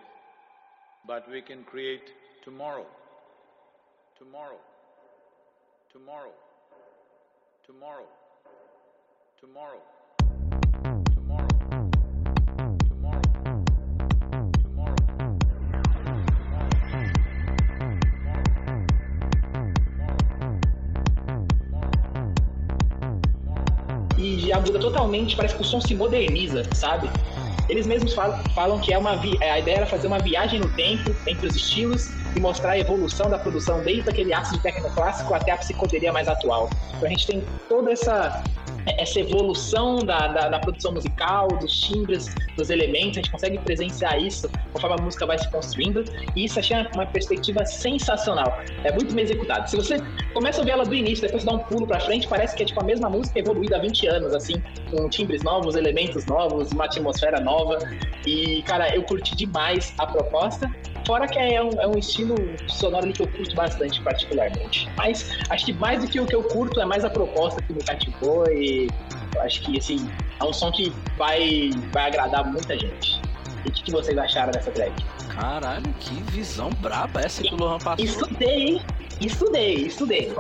but we can create tomorrow. Tomorrow. Tomorrow. Tomorrow. Tomorrow. Tomorrow. Tomorrow. Tomorrow. E já muda totalmente, parece que o som se moderniza, sabe? eles mesmos falam, falam que é uma vi- a ideia era fazer uma viagem no tempo, entre os estilos, e mostrar a evolução da produção desde aquele ácido tecnoclássico até a psicodelia mais atual. Então a gente tem toda essa, essa evolução da, da, da produção musical, dos timbres, dos elementos, a gente consegue presenciar isso conforme a música vai se construindo, e isso achei uma perspectiva sensacional. É muito bem executado. Se você começa a ouvir ela do início, depois dá um pulo pra frente, parece que é tipo a mesma música evoluída há vinte anos, assim, com timbres novos, elementos novos, uma atmosfera nova. E, cara, eu curti demais a proposta. Fora que é um, é um estilo sonoro ali que eu curto bastante, particularmente. Mas acho que mais do que o que eu curto é mais a proposta que me cativou, e eu acho que, assim, é um som que vai, vai agradar muita gente. E o que, que vocês acharam dessa track? Caralho, que visão braba essa que o Lohan passou. Estudei, hein? Estudei, estudei.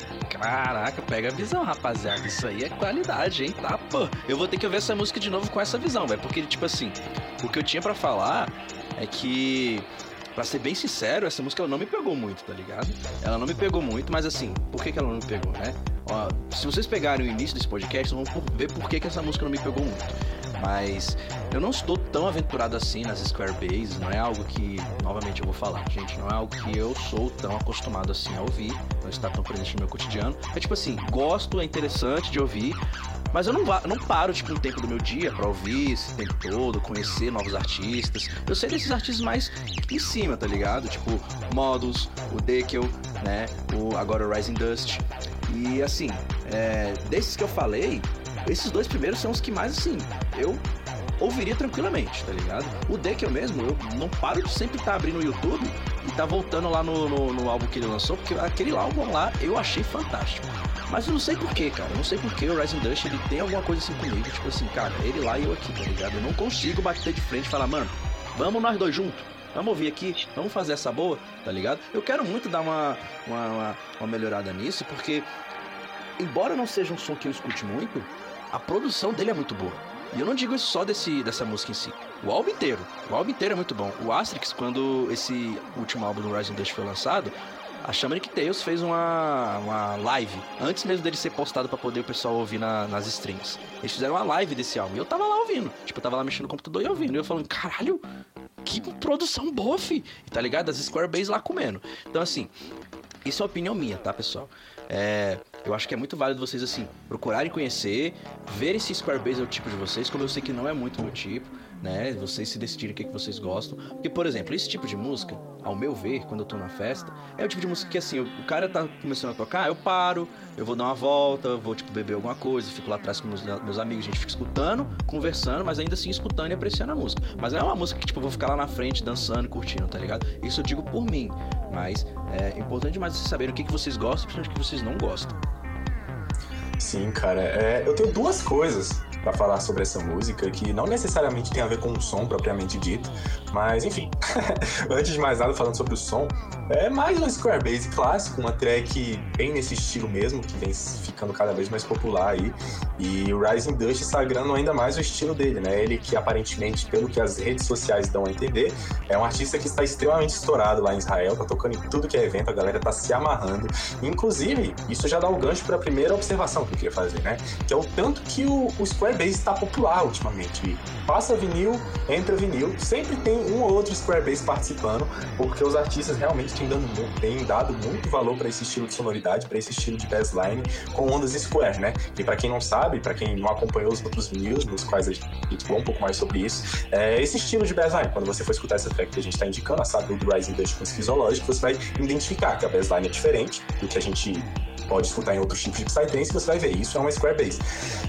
Caraca, pega a visão, rapaziada. Isso aí é qualidade, hein? Tá, pô. Eu vou ter que ouvir essa música de novo com essa visão, velho. Porque, tipo assim, o que eu tinha pra falar é que, pra ser bem sincero, essa música ela não me pegou muito, tá ligado? Ela não me pegou muito, mas assim, por que que ela não me pegou, né? Ó, se vocês pegarem o início desse podcast, vocês vão ver por que que essa música não me pegou muito. Mas eu não estou tão aventurado assim nas Square Bass, não é algo que, novamente eu vou falar, gente, não é algo que eu sou tão acostumado assim a ouvir, não está tão presente no meu cotidiano. É tipo assim, gosto, é interessante de ouvir, mas eu não, va- não paro, tipo, um tempo do meu dia pra ouvir esse tempo todo, conhecer novos artistas. Eu sei desses artistas mais em cima, tá ligado? Tipo, Modus, o Dekel, né? O, agora o Rising Dust. E assim, é, desses que eu falei, esses dois primeiros são os que mais, assim, eu ouviria tranquilamente, tá ligado? O Dekel mesmo, eu não paro de sempre estar tá abrindo o YouTube e tá voltando lá no, no, no álbum que ele lançou, porque aquele álbum lá eu achei fantástico. Mas eu não sei porquê, cara. Eu não sei porquê o Rising Dust, ele tem alguma coisa assim comigo. Tipo assim, cara, ele lá e eu aqui, tá ligado? Eu não consigo bater de frente e falar, mano, vamos nós dois juntos. Vamos ouvir aqui, vamos fazer essa boa, tá ligado? Eu quero muito dar uma, uma, uma, uma melhorada nisso, porque, embora não seja um som que eu escute muito, a produção dele é muito boa. E eu não digo isso só desse, dessa música em si. O álbum inteiro. O álbum inteiro é muito bom. O Asterix, quando esse último álbum do Rising Dust foi lançado, a Shamanic Tales fez uma, uma live, antes mesmo dele ser postado pra poder o pessoal ouvir na, nas streams. Eles fizeram uma live desse álbum, e eu tava lá ouvindo. Tipo, eu tava lá mexendo no computador e ouvindo. E eu falando, caralho, que produção boa, fi. E tá ligado? As Square Bass lá comendo. Então, assim, isso é opinião minha, tá, pessoal? É, eu acho que é muito válido vocês, assim, procurarem conhecer, verem se Square Bass é o tipo de vocês, como eu sei que não é muito meu tipo, né? Vocês se decidirem o que, que vocês gostam. Porque, por exemplo, esse tipo de música, ao meu ver, quando eu tô na festa, é o tipo de música que, assim, o cara tá começando a tocar, eu paro, eu vou dar uma volta, eu vou, tipo, beber alguma coisa, fico lá atrás com meus, meus amigos, a gente fica escutando, conversando, mas ainda assim escutando e apreciando a música. Mas não é uma música que, tipo, eu vou ficar lá na frente dançando e curtindo, tá ligado? Isso eu digo por mim, mas é importante demais vocês saberem o que, que vocês gostam e principalmente o que vocês não gostam. Sim, cara, é, eu tenho duas coisas pra falar sobre essa música que não necessariamente tem a ver com o som propriamente dito, mas enfim, antes de mais nada, falando sobre o som, é mais um Square Bass clássico, uma track bem nesse estilo mesmo, que vem ficando cada vez mais popular aí, e o Rising Dust sagrando ainda mais o estilo dele, né? Ele que aparentemente, pelo que as redes sociais dão a entender, é um artista que está extremamente estourado lá em Israel, tá tocando em tudo que é evento, a galera tá se amarrando. Inclusive, isso já dá o gancho pra primeira observação que eu queria fazer, né? Que é o tanto que o, o Square Bass está popular ultimamente. Passa vinil, entra vinil, sempre tem um ou outro Square Bass participando, porque os artistas realmente têm, dando, têm dado muito valor para esse estilo de sonoridade, para esse estilo de bassline com ondas Square, né? E para quem não sabe, para quem não acompanhou os outros vinils, nos quais a gente falou um pouco mais sobre isso, é esse estilo de bassline. Quando você for escutar essa track que a gente está indicando, a saga do Rising Dust com Schizologic, você vai identificar que a bassline é diferente do que a gente pode escutar em outros tipos de Psytrance, você vai ver, isso é uma Square Bass.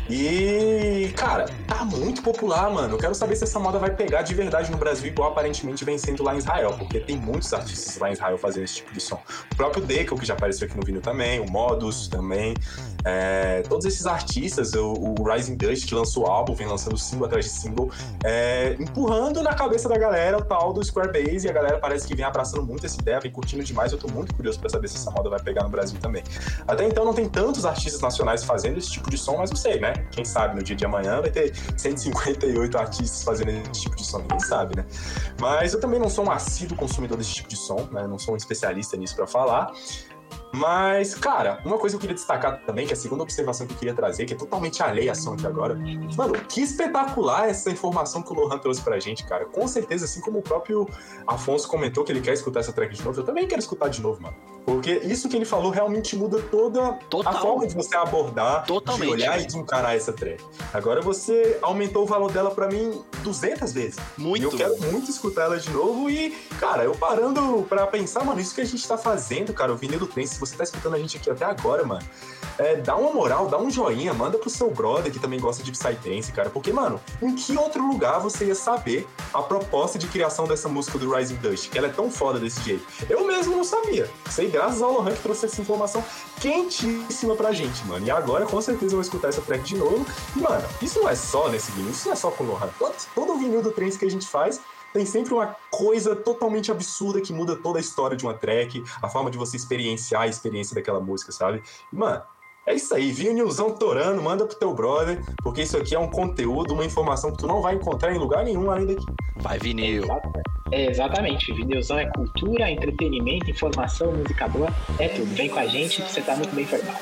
E, cara, tá muito popular, mano. Eu quero saber se essa moda vai pegar de verdade no Brasil, igual aparentemente vem sendo lá em Israel, porque tem muitos artistas lá em Israel fazendo esse tipo de som. O próprio Dekel, que já apareceu aqui no vídeo também, o Modus também. É, todos esses artistas, o, o Rising Dust, que lançou o álbum, vem lançando single atrás de single, é, empurrando na cabeça da galera o tal do Square Bass, e a galera parece que vem abraçando muito essa ideia, vem curtindo demais. Eu tô muito curioso pra saber se essa moda vai pegar no Brasil também. Até então não tem tantos artistas nacionais fazendo esse tipo de som, mas não sei, né? Quem sabe no dia de amanhã vai ter cento e cinquenta e oito artistas fazendo esse tipo de som, ninguém sabe, né? Mas eu também não sou um assíduo consumidor desse tipo de som, né? Não sou um especialista nisso pra falar. Mas, cara, uma coisa que eu queria destacar também, que é a segunda observação que eu queria trazer, que é totalmente alheia à ação aqui agora. Mano, que espetacular essa informação que o Lohan trouxe pra gente, cara. Com certeza, assim como o próprio Afonso comentou que ele quer escutar essa track de novo, eu também quero escutar de novo, mano. Porque isso que ele falou realmente muda toda Total. a forma de você abordar, Totalmente. de olhar e de encarar essa track. Agora você aumentou o valor dela pra mim duzentas vezes. Muito. E eu quero muito escutar ela de novo e, cara, eu parando pra pensar, mano, isso que a gente tá fazendo, cara, o Vinil do Trem, se você tá escutando a gente aqui até agora, mano, é, dá uma moral, dá um joinha, manda pro seu brother que também gosta de Psytrance, cara, porque, mano, em que outro lugar você ia saber a proposta de criação dessa música do Rising Dust, que ela é tão foda desse jeito? Eu mesmo não sabia. Sei graças ao Lohan que trouxe essa informação quentíssima pra gente, mano. E agora, com certeza, eu vou escutar essa track de novo. E, mano, isso não é só nesse vinil, isso não é só com o Lohan. Todo, todo o vinil do Trance que a gente faz tem sempre uma coisa totalmente absurda que muda toda a história de uma track, a forma de você experienciar a experiência daquela música, sabe? E, mano, é isso aí, vinilzão torando, manda pro teu brother, porque isso aqui é um conteúdo, uma informação que tu não vai encontrar em lugar nenhum além daqui. Vai, vinil. É, exatamente, vinilzão é cultura, entretenimento, informação, música boa, é tudo. Vem com a gente que você tá muito bem informado.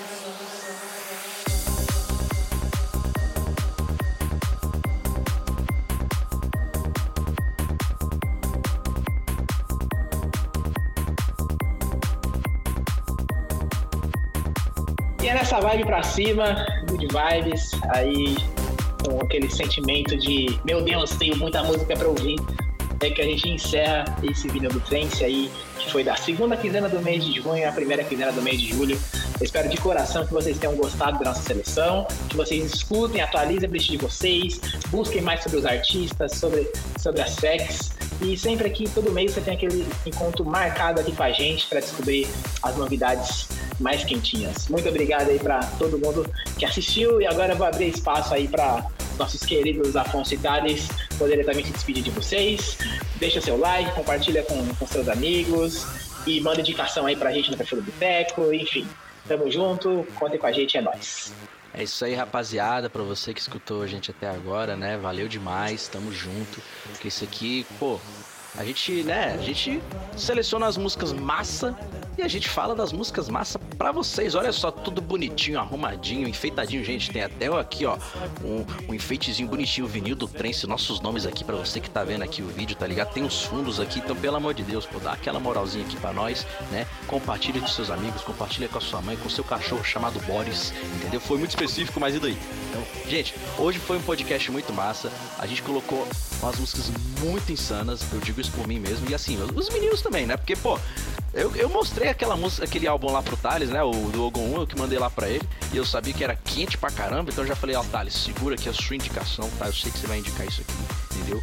E é nessa vibe pra cima, good vibes, aí com aquele sentimento de meu Deus, tenho muita música pra ouvir, é que a gente encerra esse vídeo do Trance aí, que foi da segunda quinzena do mês de junho à primeira quinzena do mês de julho. Eu espero de coração que vocês tenham gostado da nossa seleção, que vocês escutem, atualizem a playlist de vocês, busquem mais sobre os artistas, sobre, sobre as tracks. E sempre aqui, todo mês, você tem aquele encontro marcado aqui com a gente para descobrir as novidades mais quentinhas. Muito obrigado aí para todo mundo que assistiu e agora eu vou abrir espaço aí para nossos queridos Afonso e Thales poderem também se despedir de vocês. Deixa seu like, compartilha com, com seus amigos e manda indicação aí pra gente no perfil do Boteco, enfim. Tamo junto, contem com a gente, é nóis. É isso aí, rapaziada, pra você que escutou a gente até agora, né, valeu demais, tamo junto, porque isso aqui, pô, a gente, né, a gente seleciona as músicas massa e a gente fala das músicas massa pra vocês. Olha só, tudo bonitinho, arrumadinho, enfeitadinho, gente. Tem até aqui, ó, um, um enfeitezinho bonitinho, o vinil do Trance, nossos nomes aqui pra você que tá vendo aqui o vídeo, tá ligado? Tem os fundos aqui, então pelo amor de Deus, pô, dá aquela moralzinha aqui pra nós, né? Compartilha com seus amigos, compartilha com a sua mãe, com o seu cachorro chamado Boris, entendeu? Foi muito específico, mas e daí? Então, gente, hoje foi um podcast muito massa. A gente colocou umas músicas muito insanas, eu digo isso por mim mesmo, e assim, os meninos também, né? Porque, pô, Eu, eu mostrei aquela música, aquele álbum lá pro Thales, né? O do Ogon um, eu que mandei lá pra ele. E eu sabia que era quente pra caramba, então eu já falei, ó, Thales, segura aqui a sua indicação, tá? Eu sei que você vai indicar isso aqui, entendeu?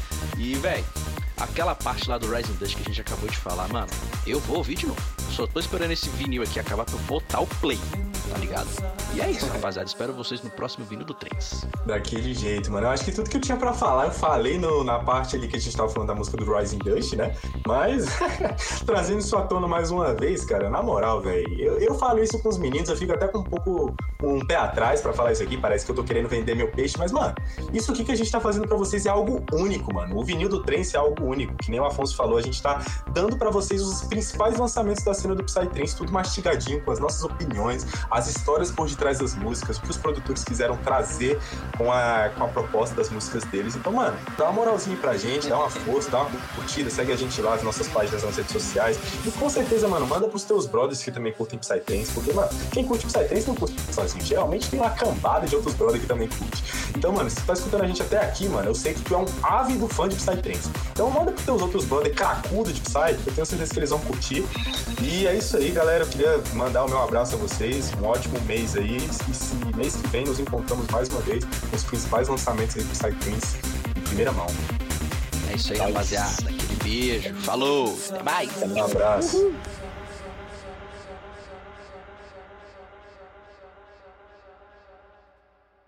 E, velho, aquela parte lá do Rising Dust que a gente acabou de falar, mano, eu vou ouvir de novo. Só tô esperando esse vinil aqui acabar pra eu botar o play, tá ligado? E é isso, rapaziada. Espero vocês no próximo vinil do Trance. Daquele jeito, mano. Eu acho que tudo que eu tinha pra falar, eu falei no, na parte ali que a gente tava falando da música do Rising Dust, né? Mas, trazendo isso à tona mais uma vez, cara, na moral, velho, eu, eu falo isso com os meninos, eu fico até com um pouco um pé atrás pra falar isso aqui, parece que eu tô querendo vender meu peixe, mas, mano, isso aqui que a gente tá fazendo pra vocês é algo único, mano. O vinil do Trance é algo único, que nem o Afonso falou, a gente tá dando pra vocês os principais lançamentos da cena do Psytrance, tudo mastigadinho, com as nossas opiniões, as histórias por detrás das músicas, o que os produtores quiseram trazer com a, com a proposta das músicas deles. Então, mano, dá uma moralzinha pra gente, dá uma força, dá uma curtida, segue a gente lá, as nossas páginas nas redes sociais. E com certeza, mano, manda pros teus brothers que também curtem Psytrance, porque, mano, quem curte Psytrance não curte sozinho. Geralmente tem uma cambada de outros brothers que também curte. Então, mano, se tu tá escutando a gente até aqui, mano, eu sei que tu é um ávido fã de Psytrance. Então manda pros teus outros brothers cracudo de Psy, que eu tenho certeza que eles vão curtir. E é isso aí, galera. Eu queria mandar o meu abraço a vocês. Um ótimo mês aí. E se mês que vem nos encontramos mais uma vez com os principais lançamentos aí do Psytrance em primeira mão. É isso aí, rapaziada. Aquele beijo. Falou. Até mais. Um abraço. Uhul.